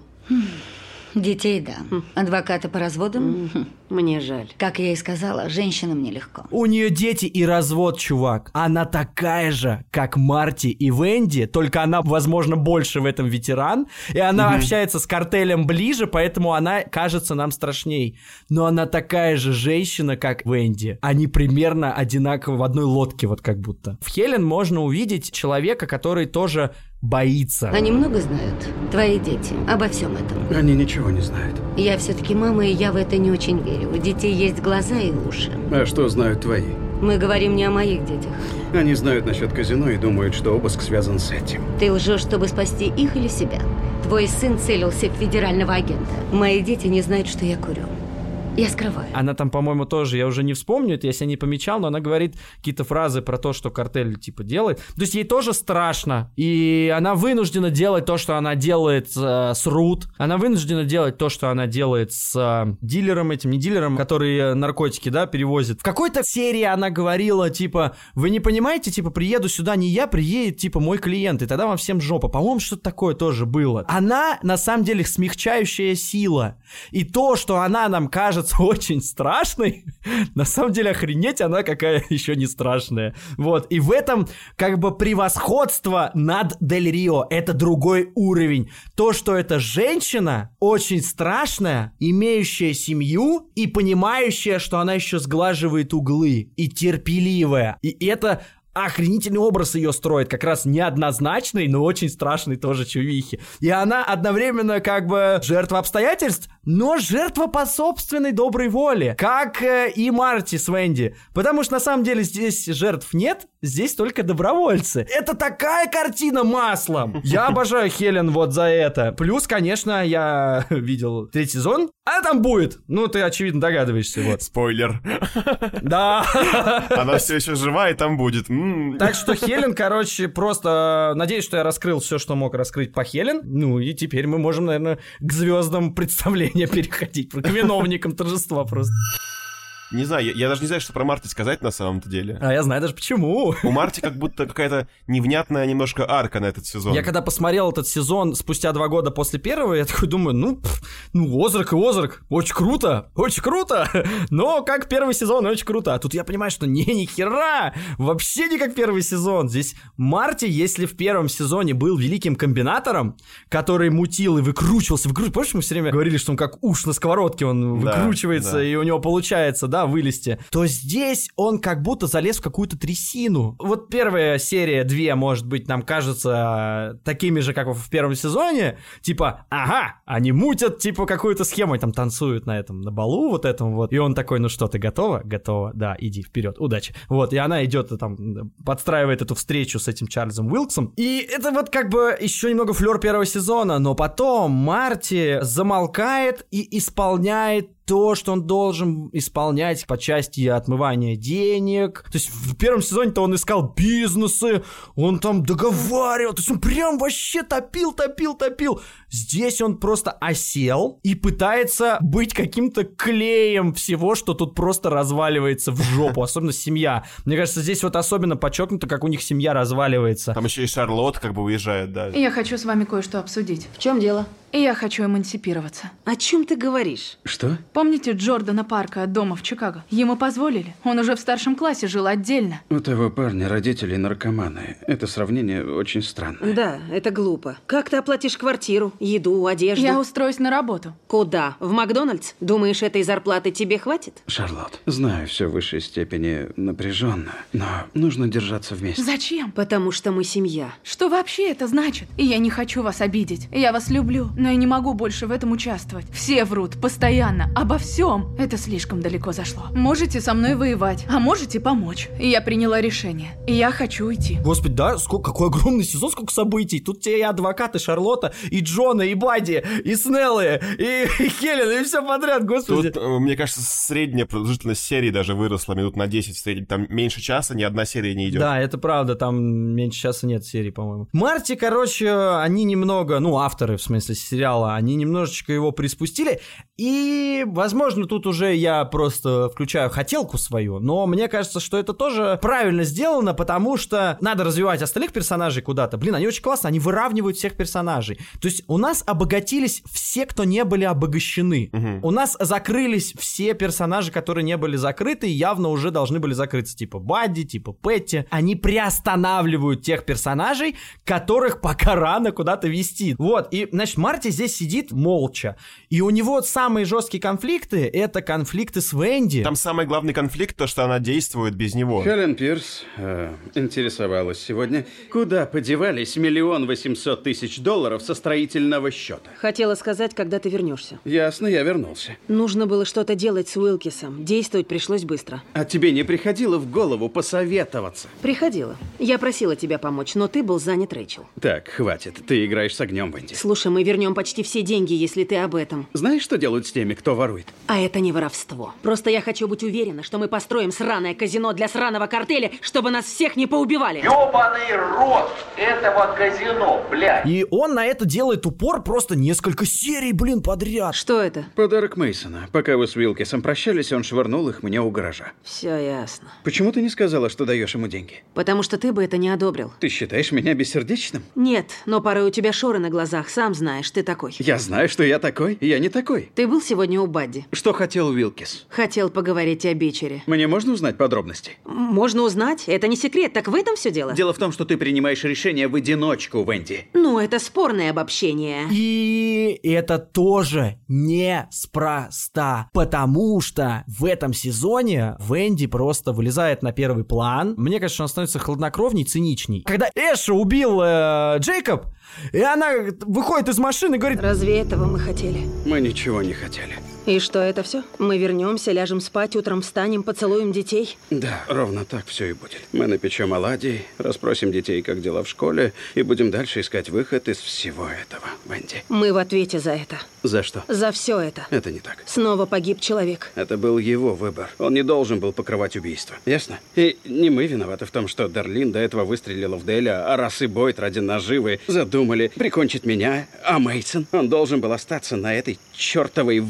Детей, да. Адвоката по разводам? Мне жаль. Как я и сказала, женщинам нелегко. У нее дети и развод, чувак. Она такая же, как Марти и Венди, только она, возможно, больше в этом ветеран, и она угу. общается с картелем ближе, поэтому она кажется нам страшней. Но она такая же женщина, как Венди. Они примерно одинаковы в одной лодке, вот как будто. В Хелен можно увидеть человека, который тоже боится. Они много знают, твои дети, обо всем этом? Они ничего не знают. Я все-таки мама, и я в это не очень верю. У детей есть глаза и уши. А что знают твои? Мы говорим не о моих детях. Они знают насчет казино и думают, что обыск связан с этим. Ты лжешь, чтобы спасти их или себя? Твой сын целился в федерального агента. Мои дети не знают, что я курю. Я скрываю. Она там, по-моему, тоже, я уже не вспомню это, если я не помечал, но она говорит какие-то фразы про то, что картель, типа, делает. То есть ей тоже страшно, и она вынуждена делать то, что она делает э, с Рут. Она вынуждена делать то, что она делает с э, дилером этим, не дилером, который наркотики, да, перевозит. В какой-то серии она говорила, типа, вы не понимаете, типа, приеду сюда не я, приедет, типа, мой клиент, и тогда вам всем жопа. По-моему, что-то такое тоже было. Она, на самом деле, смягчающая сила. И то, что она нам кажется очень страшной, на самом деле охренеть она какая еще не страшная. Вот, и в этом как бы превосходство над Дель Рио, это другой уровень. То, что эта женщина очень страшная, имеющая семью и понимающая, что она еще сглаживает углы, и терпеливая. И это... охренительный образ ее строит, как раз неоднозначный, но очень страшный тоже чувихи. И она одновременно как бы жертва обстоятельств, но жертва по собственной доброй воле, как э, и Марти с Венди. Потому что на самом деле здесь жертв нет, здесь только добровольцы. Это такая картина маслом. Я обожаю Хелен вот за это. Плюс, конечно, я видел третий сезон, а там будет. Ну, ты, очевидно, догадываешься. Вот. Спойлер. Да. Она все еще жива, и там будет. Так что Хелен, короче, просто надеюсь, что я раскрыл все, что мог раскрыть по Хелен. Ну и теперь мы можем, наверное, к звездам представления переходить, к виновникам торжества просто. Не знаю, я, я даже не знаю, что про Марти сказать на самом-то деле. А я знаю даже почему. У Марти как будто какая-то невнятная немножко арка на этот сезон. Я когда посмотрел этот сезон спустя два года после первого, я такой думаю, ну, пф, ну, Озарк и Озарк, очень круто, очень круто, но как первый сезон, очень круто. А тут я понимаю, что не, ни хера, вообще не как первый сезон. Здесь Марти, если в первом сезоне был великим комбинатором, который мутил и выкручивался, выкручивался, помнишь, мы все время говорили, что он как уж на сковородке, он Да, выкручивается, да. и у него получается, да, вылезти, то здесь он как будто залез в какую-то трясину. Вот первая серия, две, может быть, нам кажется такими же, как в первом сезоне, типа, ага, они мутят, типа, какую-то схему, и там танцуют на этом, на балу вот этом вот, и он такой, ну что, ты готова? Готова, да, иди вперед, удачи. Вот, и она идет и там подстраивает эту встречу с этим Чарльзом Уилксом, и это вот как бы еще немного флер первого сезона, но потом Марти замолкает и исполняет то, что он должен исполнять по части отмывания денег. То есть в первом сезоне-то он искал бизнесы, он там договаривал, то есть он прям вообще топил, топил, топил. Здесь он просто осел и пытается быть каким-то клеем всего, что тут просто разваливается в жопу, особенно семья. Мне кажется, здесь вот особенно подчеркнуто, как у них семья разваливается. Там еще и Шарлотт как бы уезжает, да. Я хочу с вами кое-что обсудить. В чем дело? И я хочу эмансипироваться. О чем ты говоришь? Что? Помните Джордана Парка от дома в Чикаго? Ему позволили. Он уже в старшем классе жил отдельно. У того парня родители наркоманы. Это сравнение очень странное. Да, это глупо. Как ты оплатишь квартиру, еду, одежду? Я устроюсь на работу. Куда? В Макдональдс? Думаешь, этой зарплаты тебе хватит? Шарлотт, знаю, все в высшей степени напряженно, но нужно держаться вместе. Зачем? Потому что мы семья. Что вообще это значит? И я не хочу вас обидеть. Я вас люблю, но я не могу больше в этом участвовать. Все врут, постоянно, обо всем. Это слишком далеко зашло. Можете со мной воевать, а можете помочь. И я приняла решение. И я хочу уйти. Господи, да? Сколько, какой огромный сезон, сколько событий. Тут тебе и адвокаты, Шарлотта, и Джона, и Бадди, и Снеллы, и, и Хелен, и все подряд, господи. Тут, мне кажется, средняя продолжительность серии даже выросла минут на десять в среднем. Там меньше часа ни одна серия не идет. Да, это правда, там меньше часа нет серии, по-моему. Марти, короче, они немного, ну, авторы, в смысле, сериала, они немножечко его приспустили, и, возможно, тут уже я просто включаю хотелку свою, но мне кажется, что это тоже правильно сделано, потому что надо развивать остальных персонажей куда-то. Блин, они очень классно, они выравнивают всех персонажей. То есть у нас обогатились все, кто не были обогащены. Угу. У нас закрылись все персонажи, которые не были закрыты, и явно уже должны были закрыться. Типа Бадди, типа Петти. Они приостанавливают тех персонажей, которых пока рано куда-то вести. Вот, и, значит, Марти здесь сидит молча. И у него самые жесткие конфликты — это конфликты с Венди. Там самый главный конфликт, то, что она действует без него. Хелен Пирс э, интересовалась сегодня, куда подевались миллион восемьсот тысяч долларов со строительного счета. Хотела сказать, когда ты вернешься. Ясно, я вернулся. Нужно было что-то делать с Уилкисом. Действовать пришлось быстро. А тебе не приходило в голову посоветоваться? Приходило. Я просила тебя помочь, но ты был занят, Рэйчел. Так, хватит. Ты играешь с огнем, Венди. Слушай, мы вернем почти все деньги, если ты об этом. Знаешь, что делают с теми, кто ворует? А это не воровство. Просто я хочу быть уверена, что мы построим сраное казино для сраного картеля, чтобы нас всех не поубивали. Ёбаный рот этого казино, блядь. И он на это делает упор просто несколько серий, блин, подряд. Что это? Подарок Мейсона. Пока вы с Уилкисом прощались, он швырнул их мне у гаража. Все ясно. Почему ты не сказала, что даешь ему деньги? Потому что ты бы это не одобрил. Ты считаешь меня бессердечным? Нет, но порой у тебя шоры на глазах, сам знаешь, ты такой. Я знаю, что я такой, я не такой. Ты был сегодня у Бадди? Что хотел Уилкис? Хотел поговорить о Бичере. Мне можно узнать подробности? Можно узнать, это не секрет, так в этом все дело? Дело в том, что ты принимаешь решение в одиночку, Венди. Ну, это спорное обобщение. И это тоже неспроста, потому что в этом сезоне Венди просто вылезает на первый план. Мне кажется, что он становится хладнокровней, циничней. Когда Эша убил э, Джейкоб, и она выходит из машины и говорит: разве этого мы хотели? Мы ничего не хотели. И что, это все? Мы вернемся, ляжем спать, утром встанем, поцелуем детей? Да, ровно так все и будет. Мы напечем оладьи, расспросим детей, как дела в школе, и будем дальше искать выход из всего этого, Венди. Мы в ответе за это. За что? За все это. Это не так. Снова погиб человек. Это был его выбор. Он не должен был покрывать убийство. Ясно? И не мы виноваты в том, что Дарлин до этого выстрелила в Деля, а Расс и Бойд ради наживы задумали прикончить меня, а Мейсон, он должен был остаться на этой чертовой воде.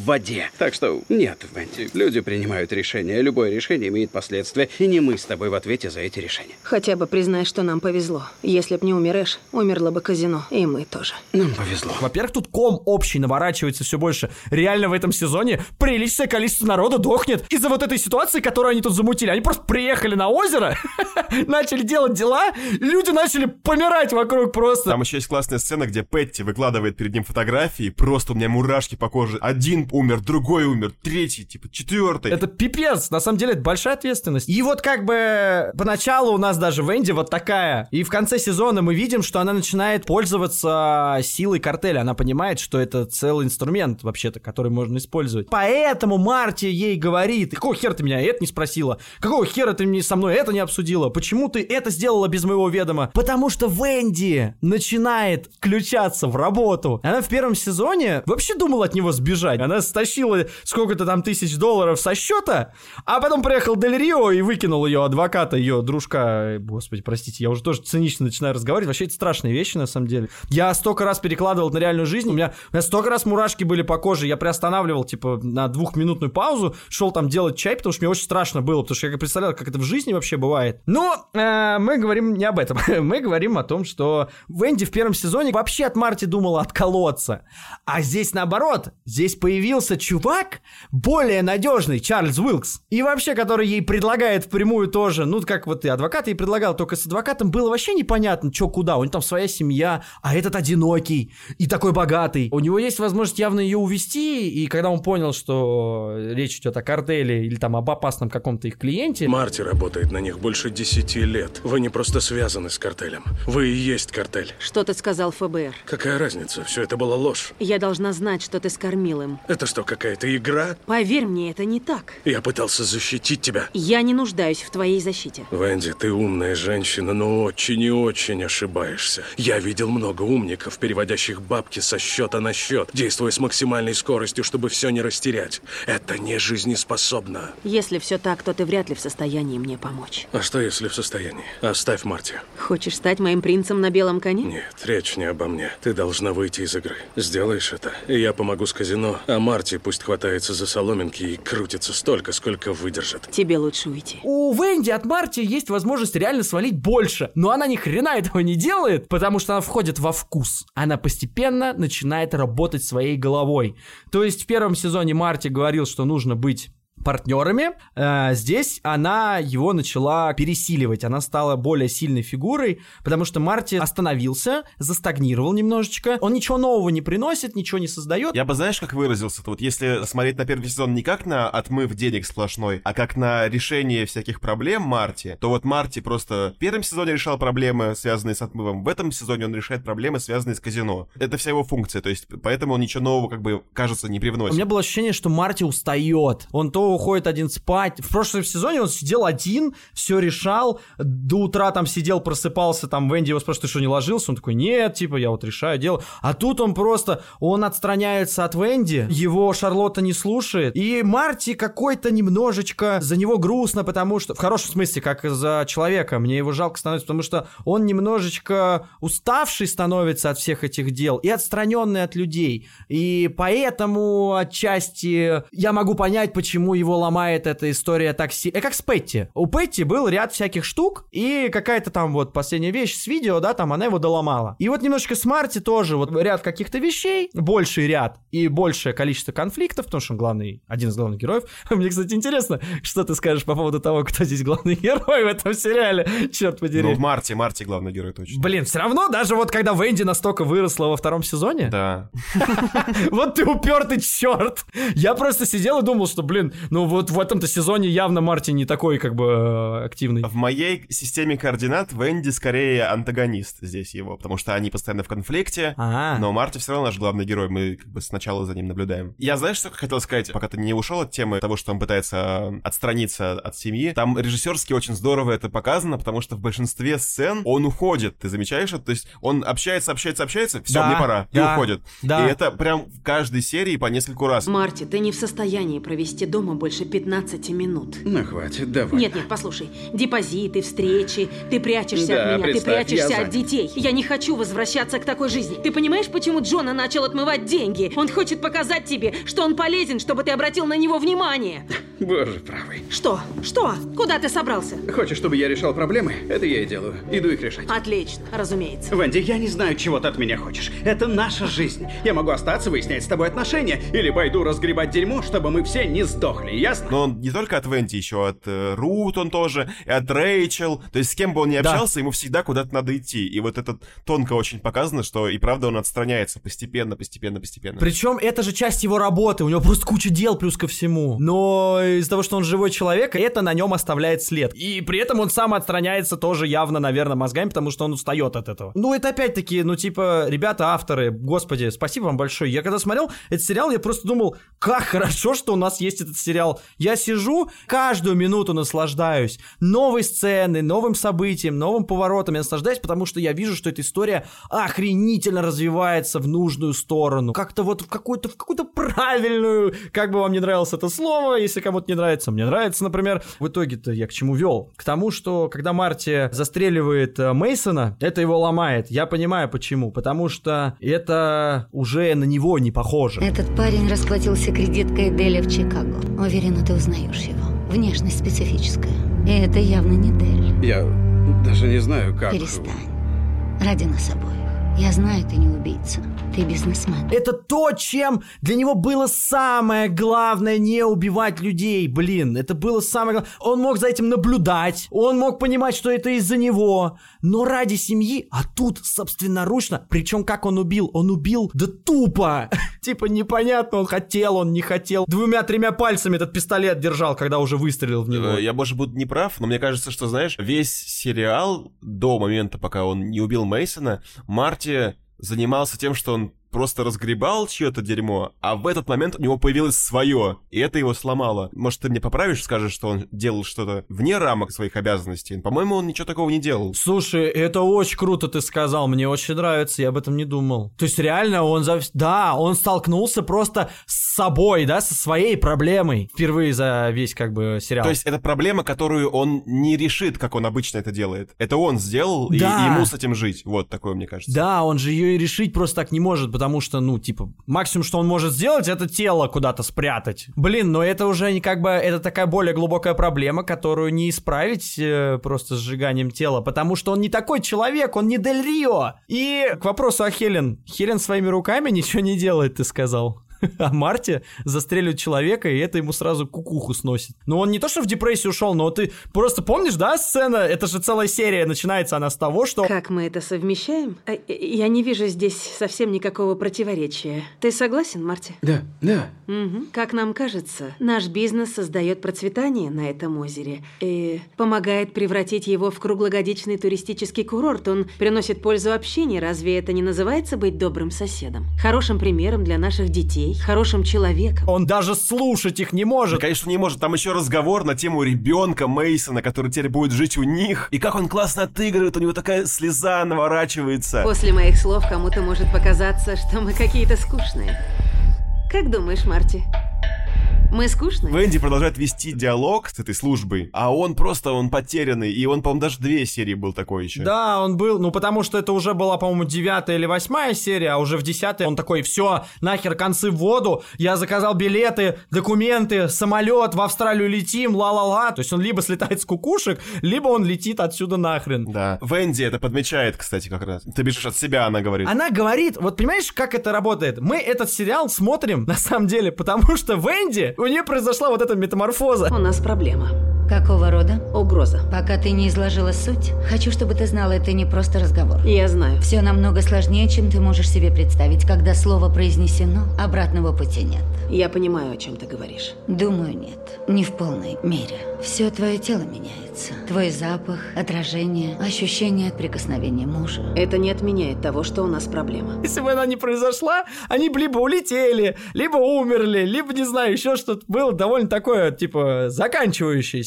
решение. Так что нет, Венди, люди принимают решения, любое решение имеет последствия, и не мы с тобой в ответе за эти решения. Хотя бы признай, что нам повезло. Если б не умер Эш, умерло бы казино, и мы тоже. Нам повезло. Во-первых, тут ком общий наворачивается все больше. Реально в этом сезоне приличное количество народа дохнет из-за вот этой ситуации, которую они тут замутили. Они просто приехали на озеро, начали делать дела, люди начали помирать вокруг просто. Там еще есть классная сцена, где Петти выкладывает перед ним фотографии, просто у меня мурашки по коже. Один умер, другой умер, третий, типа, четвертый. Это пипец, на самом деле это большая ответственность. И вот как бы поначалу у нас даже Венди вот такая, и в конце сезона мы видим, что она начинает пользоваться силой картеля. Она понимает, что это целый инструмент, вообще-то, который можно использовать. Поэтому Марти ей говорит: какого хера ты меня это не спросила? Какого хера ты мне со мной это не обсудила? Почему ты это сделала без моего ведома? Потому что Венди начинает включаться в работу. Она в первом сезоне вообще думала от него сбежать. Она стащила сколько-то там тысяч долларов со счета, а потом приехал Дель Рио и выкинул ее адвоката, ее дружка. Господи, простите, я уже тоже цинично начинаю разговаривать. Вообще это страшные вещи, на самом деле. Я столько раз перекладывал на реальную жизнь, у меня, у меня столько раз мурашки были по коже, я приостанавливал, типа, на двухминутную паузу, шел там делать чай, потому что мне очень страшно было, потому что я представлял, как это в жизни вообще бывает. Но э, мы говорим не об этом. Мы говорим о том, что Венди в первом сезоне вообще от Марти думала отколоться. А здесь наоборот. Здесь появился чувак более надежный, Чарльз Уилкс. И вообще, который ей предлагает впрямую тоже, ну, как вот и адвокат ей предлагал, только с адвокатом было вообще непонятно, что куда. У него там своя семья, а этот одинокий и такой богатый. У него есть возможность явно ее увести, и когда он понял, что речь идет о картеле или там об опасном каком-то их клиенте... Марти работает на них больше десяти лет. Вы не просто связаны с картелем. Вы и есть картель. Что ты сказал ФБР? Какая разница? Все это была ложь. Я должна знать, что ты скормил им. Это что, какая-то игра? Поверь мне, это не так. Я пытался защитить тебя. Я не нуждаюсь в твоей защите. Венди, ты умная женщина, но очень и очень ошибаешься. Я видел много умников, переводящих бабки со счета на счет, действуя с максимальной скоростью, чтобы все не растерять. Это не жизнеспособно. Если все так, то ты вряд ли в состоянии мне помочь. А что, если в состоянии? Оставь Марти. Хочешь стать моим принцем на белом коне? Нет, речь не обо мне. Ты должна выйти из игры. Сделаешь это, и я помогу с казино, а Марти пусть хватается за соломинки и крутится столько, сколько выдержит. Тебе лучше уйти. У Венди от Марти есть возможность реально свалить больше, но она ни хрена этого не делает, потому что она входит во вкус. Она постепенно начинает работать своей головой. То есть в первом сезоне Марти говорил, что нужно быть партнерами. Э, здесь она его начала пересиливать. Она стала более сильной фигурой, потому что Марти остановился, застагнировал немножечко. Он ничего нового не приносит, ничего не создает. Я бы, знаешь, как выразился-то? Вот если смотреть на первый сезон не как на отмыв денег сплошной, а как на решение всяких проблем Марти, то вот Марти просто в первом сезоне решал проблемы, связанные с отмывом. В этом сезоне он решает проблемы, связанные с казино. Это вся его функция, то есть поэтому он ничего нового, как бы, кажется, не привносит. У меня было ощущение, что Марти устает. Он то уходит один спать. В прошлом сезоне он сидел один, все решал, до утра там сидел, просыпался, там Венди его спрашивает, ты что, не ложился? Он такой, нет, типа, я вот решаю дело. А тут он просто, он отстраняется от Венди, его Шарлотта не слушает, и Марти какой-то немножечко за него грустно, потому что, в хорошем смысле, как за человека, мне его жалко становится, потому что он немножечко уставший становится от всех этих дел и отстраненный от людей. И поэтому отчасти я могу понять, почему его ломает эта история так сильно. Как с Петти. У Петти был ряд всяких штук, и какая-то там вот последняя вещь с видео, да, там она его доломала. И вот немножечко с Марти тоже вот ряд каких-то вещей, больший ряд и большее количество конфликтов, потому что он главный, один из главных героев. Мне, кстати, интересно, что ты скажешь по поводу того, кто здесь главный герой в этом сериале, черт подери. Ну, в Марти, Марти главный герой точно. Блин, все равно, даже вот когда Венди настолько выросла во втором сезоне. Да. Вот ты упертый черт. Я просто сидел и думал, что, блин, ну вот в этом-то сезоне явно Марти не такой, как бы, активный. В моей системе координат Венди скорее антагонист здесь его, потому что они постоянно в конфликте, А-а-а. но Марти все равно наш главный герой, мы как бы сначала за ним наблюдаем. Я, знаешь, что хотел сказать, пока ты не ушел от темы того, что он пытается отстраниться от семьи? Там режиссерски очень здорово это показано, потому что в большинстве сцен он уходит, ты замечаешь это? То есть он общается, общается, общается, все, Да, мне пора, да, и уходит. да. И это прям в каждой серии по нескольку раз. Марти, ты не в состоянии провести дома больше пятнадцати минут. Ну, хватит, давай. Нет, нет, послушай. Депозиты, встречи. Ты прячешься Да, от меня, ты представь, прячешься я от детей. Я не хочу возвращаться к такой жизни. Ты понимаешь, почему Джона начал отмывать деньги? Он хочет показать тебе, что он полезен, чтобы ты обратил на него внимание. Боже правый. Что? Что? Куда ты собрался? Хочешь, чтобы я решал проблемы? Это я и делаю. Иду их решать. Отлично, разумеется. Венди, я не знаю, чего ты от меня хочешь. Это наша жизнь. Я могу остаться, выяснять с тобой отношения, или пойду разгребать дерьмо, чтобы мы все не сдохли, ясно? Но он не только от Венди, еще от э, Рут он тоже, и от Рэйчел. То есть с кем бы он ни общался, да. ему всегда куда-то надо идти. И вот это тонко очень показано, что и правда он отстраняется постепенно, постепенно, постепенно. Причем это же часть его работы, у него просто куча дел плюс ко всему. Но из-за того, что он живой человек, это на нем оставляет след. И при этом он сам отстраняется тоже явно, наверное, мозгами, потому что он устает от этого. Ну это опять-таки, ну типа, ребята, авторы, господи, спасибо вам большое. Я когда смотрел этот сериал, я просто думал, как хорошо, что у нас есть этот сериал. Я сижу, каждую минуту наслаждаюсь новой сценой, новым событием, новым поворотом. Я наслаждаюсь, потому что я вижу, что эта история охренительно развивается в нужную сторону. Как-то вот в какую-то, в какую-то правильную, как бы вам не нравилось это слово, если кому-то не нравится. Мне нравится, например, в итоге-то я к чему вел? К тому, что когда Марти застреливает Мейсона, это его ломает. Я понимаю почему. Потому что это уже на него не похоже. Этот парень расплатился кредиткой Деля в Чикаго. Уверена, ты узнаешь его. Внешность специфическая. И это явно не Дель. Я даже не знаю, как... Перестань. Ради нас обоих. Я знаю, ты не убийца. Ты бизнесмен. Это то, чем для него было самое главное, не убивать людей. Блин, это было самое главное. Он мог за этим наблюдать, он мог понимать, что это из-за него. Но ради семьи, а тут собственноручно. Причем как он убил? Он убил да тупо. Типа непонятно, он хотел, он не хотел. Двумя-тремя пальцами этот пистолет держал, когда уже выстрелил в него. Я, может, буду неправ, но мне кажется, что, знаешь, весь сериал до момента, пока он не убил Мейсона, Марти занимался тем, что он просто разгребал чье-то дерьмо, а в этот момент у него появилось свое, и это его сломало. Может, ты мне поправишь, скажешь, что он делал что-то вне рамок своих обязанностей? По-моему, он ничего такого не делал. Слушай, это очень круто ты сказал, мне очень нравится, я об этом не думал. То есть реально он, за... да, он столкнулся просто с собой, да, со своей проблемой впервые за весь как бы сериал. То есть это проблема, которую он не решит, как он обычно это делает. Это он сделал, да. и, и ему с этим жить. Вот такое, мне кажется. Да, он же ее и решить просто так не может, потому что, ну, типа, максимум, что он может сделать, это тело куда-то спрятать. Блин, но это уже не как бы, это такая более глубокая проблема, которую не исправить э, просто сжиганием тела, потому что он не такой человек, он не Дель Рио. И к вопросу о Хелен. Хелен своими руками ничего не делает, ты сказал. А Марти застреливает человека, и это ему сразу кукуху сносит. Но он не то что в депрессию ушел, но ты просто помнишь, да, сцена? Это же целая серия, начинается она с того, что... Как мы это совмещаем? Я не вижу здесь совсем никакого противоречия. Ты согласен, Марти? Да, да. Угу. Как нам кажется, наш бизнес создает процветание на этом озере и помогает превратить его в круглогодичный туристический курорт. Он приносит пользу общению. Разве это не называется быть добрым соседом? Хорошим примером для наших детей. Хорошим человеком. Он даже слушать их не может. Да, конечно, не может. Там еще разговор на тему ребенка Мейсона, который теперь будет жить у них. И как он классно отыгрывает, у него такая слеза наворачивается. После моих слов кому-то может показаться, что мы какие-то скучные. Как думаешь, Марти? Мы скучные? Венди продолжает вести диалог с этой службой, а он просто, он потерянный, и он, по-моему, даже две серии был такой еще. Да, он был, ну потому что это уже была, по-моему, девятая или восьмая серия, а уже в десятой он такой, все, нахер концы в воду, я заказал билеты, документы, самолет, в Австралию летим, ла-ла-ла. То есть он либо слетает с кукушек, либо он летит отсюда нахрен. Да, Венди это подмечает, кстати, как раз. Ты бежишь от себя, она говорит. Она говорит, вот понимаешь, как это работает? Мы этот сериал смотрим, на самом деле, потому что Венди... У нее произошла вот эта метаморфоза. У нас проблема. Какого рода? Угроза. Пока ты не изложила суть, хочу, чтобы ты знала, это не просто разговор. Я знаю. Все намного сложнее, чем ты можешь себе представить. Когда слово произнесено, обратного пути нет. Я понимаю, о чем ты говоришь. Думаю, нет. Не в полной мере. Все твое тело меняется. Твой запах, отражение, ощущение от прикосновения мужа. Это не отменяет того, что у нас проблема. Если бы она не произошла, они бы либо улетели, либо умерли, либо, не знаю, еще что-то было довольно такое, типа, заканчивающееся.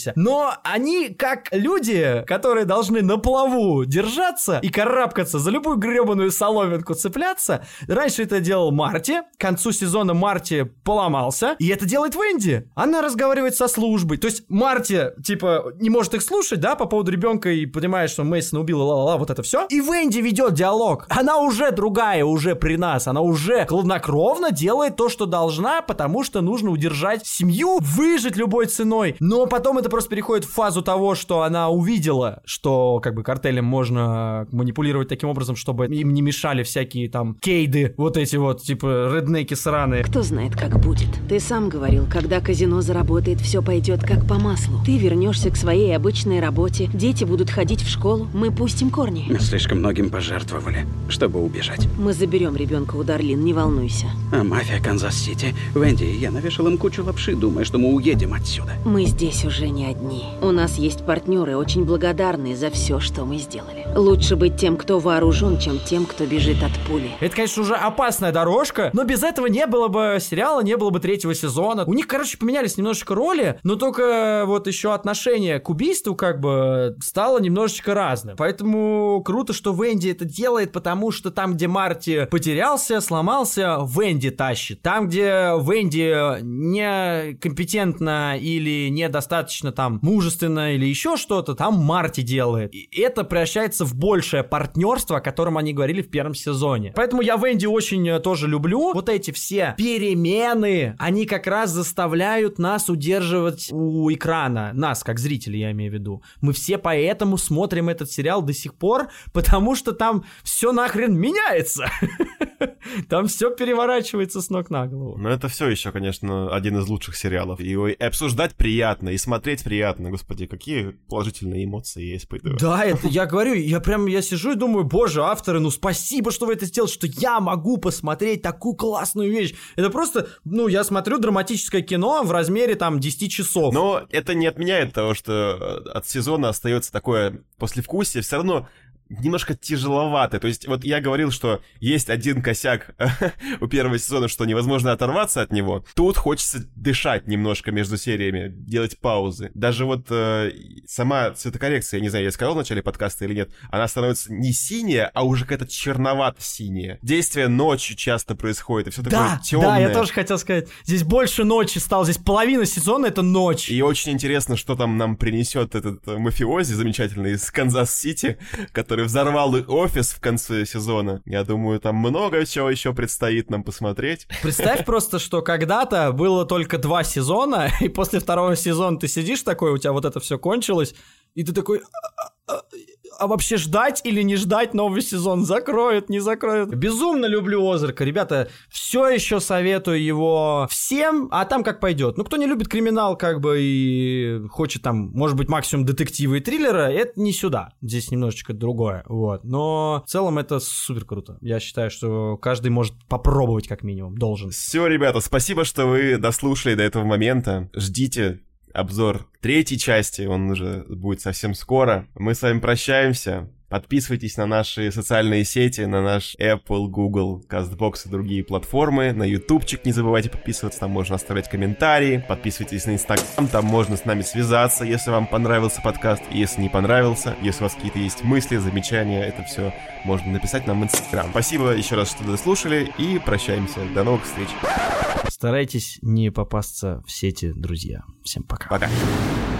справишься. Но они, как люди, которые должны на плаву держаться и карабкаться, за любую гребаную соломинку цепляться, раньше это делал Марти, к концу сезона Марти поломался, и это делает Венди. Она разговаривает со службой. То есть Марти, типа, не может их слушать, да, по поводу ребенка и понимает, что Мейсона убила, ла-ла-ла, вот это все. И Венди ведет диалог. Она уже другая, уже при нас. Она уже хладнокровно делает то, что должна, потому что нужно удержать семью, выжить любой ценой. Но потом это просто переходит в фазу того, что она увидела, что как бы картелем можно манипулировать таким образом, чтобы им не мешали всякие там кейды, вот эти вот, типа, реднеки сраные. Кто знает, как будет. Ты сам говорил, когда казино заработает, все пойдет как по маслу. Ты вернешься к своей обычной работе, дети будут ходить в школу, мы пустим корни. Мы слишком многим пожертвовали, чтобы убежать. Мы заберем ребенка у Дарлин, не волнуйся. А мафия Канзас-Сити? Венди, я навешал им кучу лапши, думая, что мы уедем отсюда. Мы здесь уже не одни. У нас есть партнеры, очень благодарные за все, что мы сделали. Лучше быть тем, кто вооружен, чем тем, кто бежит от пули. Это, конечно, уже опасная дорожка, но без этого не было бы сериала, не было бы третьего сезона. У них, короче, поменялись немножечко роли, но только вот еще отношение к убийству как бы стало немножечко разным. Поэтому круто, что Венди это делает, потому что там, где Марти потерялся, сломался, Венди тащит. Там, где Венди некомпетентна или недостаточно там мужественно или еще что-то, там Марти делает. И это превращается в большее партнерство, о котором они говорили в первом сезоне. Поэтому я Венди очень тоже люблю. Вот эти все перемены, они как раз заставляют нас удерживать у экрана. Нас, как зрителей, я имею в виду. Мы все поэтому смотрим этот сериал до сих пор, потому что там все нахрен меняется. Там все переворачивается с ног на голову. Но это все еще, конечно, один из лучших сериалов. И обсуждать приятно, и смотреть приятно. Господи, какие положительные эмоции я испытываю. Да, это я говорю, я прям, я сижу и думаю, боже, авторы, ну спасибо, что вы это сделали, что я могу посмотреть такую классную вещь. Это просто, ну, я смотрю драматическое кино в размере, там, десять часов. Но это не отменяет того, что от сезона остается такое послевкусие. Все равно немножко тяжеловато. То есть вот я говорил, что есть один косяк у первого сезона, что невозможно оторваться от него. Тут хочется дышать немножко между сериями, делать паузы. Даже вот э, сама цветокоррекция, я не знаю, я сказал в начале подкаста или нет, она становится не синяя, а уже какая-то черновато-синяя. Действие ночью часто происходит, и все такое да, темное. Да, я тоже хотел сказать, здесь больше ночи стало, здесь половина сезона — это ночь. И очень интересно, что там нам принесет этот мафиози замечательный из Канзас-Сити, который взорвал офис в конце сезона. Я думаю, там много чего еще предстоит нам посмотреть. Представь просто, что когда-то было только два сезона, и после второго сезона ты сидишь такой, у тебя вот это все кончилось, и ты такой... А вообще ждать или не ждать новый сезон? Закроют, не закроют? Безумно люблю Озарка. Ребята, все еще советую его всем, а там как пойдет. Ну, кто не любит криминал, как бы, и хочет там, может быть, максимум детективы и триллера, это не сюда. Здесь немножечко другое, вот. Но в целом это супер круто. Я считаю, что каждый может попробовать как минимум, должен. Все, ребята, спасибо, что вы дослушали до этого момента. Ждите обзор третьей части, он уже будет совсем скоро. Мы с вами прощаемся. Подписывайтесь на наши социальные сети, на наш Apple, Google, CastBox и другие платформы. На ютубчик не забывайте подписываться, там можно оставлять комментарии. Подписывайтесь на Instagram, там можно с нами связаться, если вам понравился подкаст. Если не понравился, если у вас какие-то есть мысли, замечания, это все можно написать нам в Instagram. Спасибо еще раз, что дослушали, и прощаемся. До новых встреч. Старайтесь не попасться в сети, друзья. Всем пока. Пока.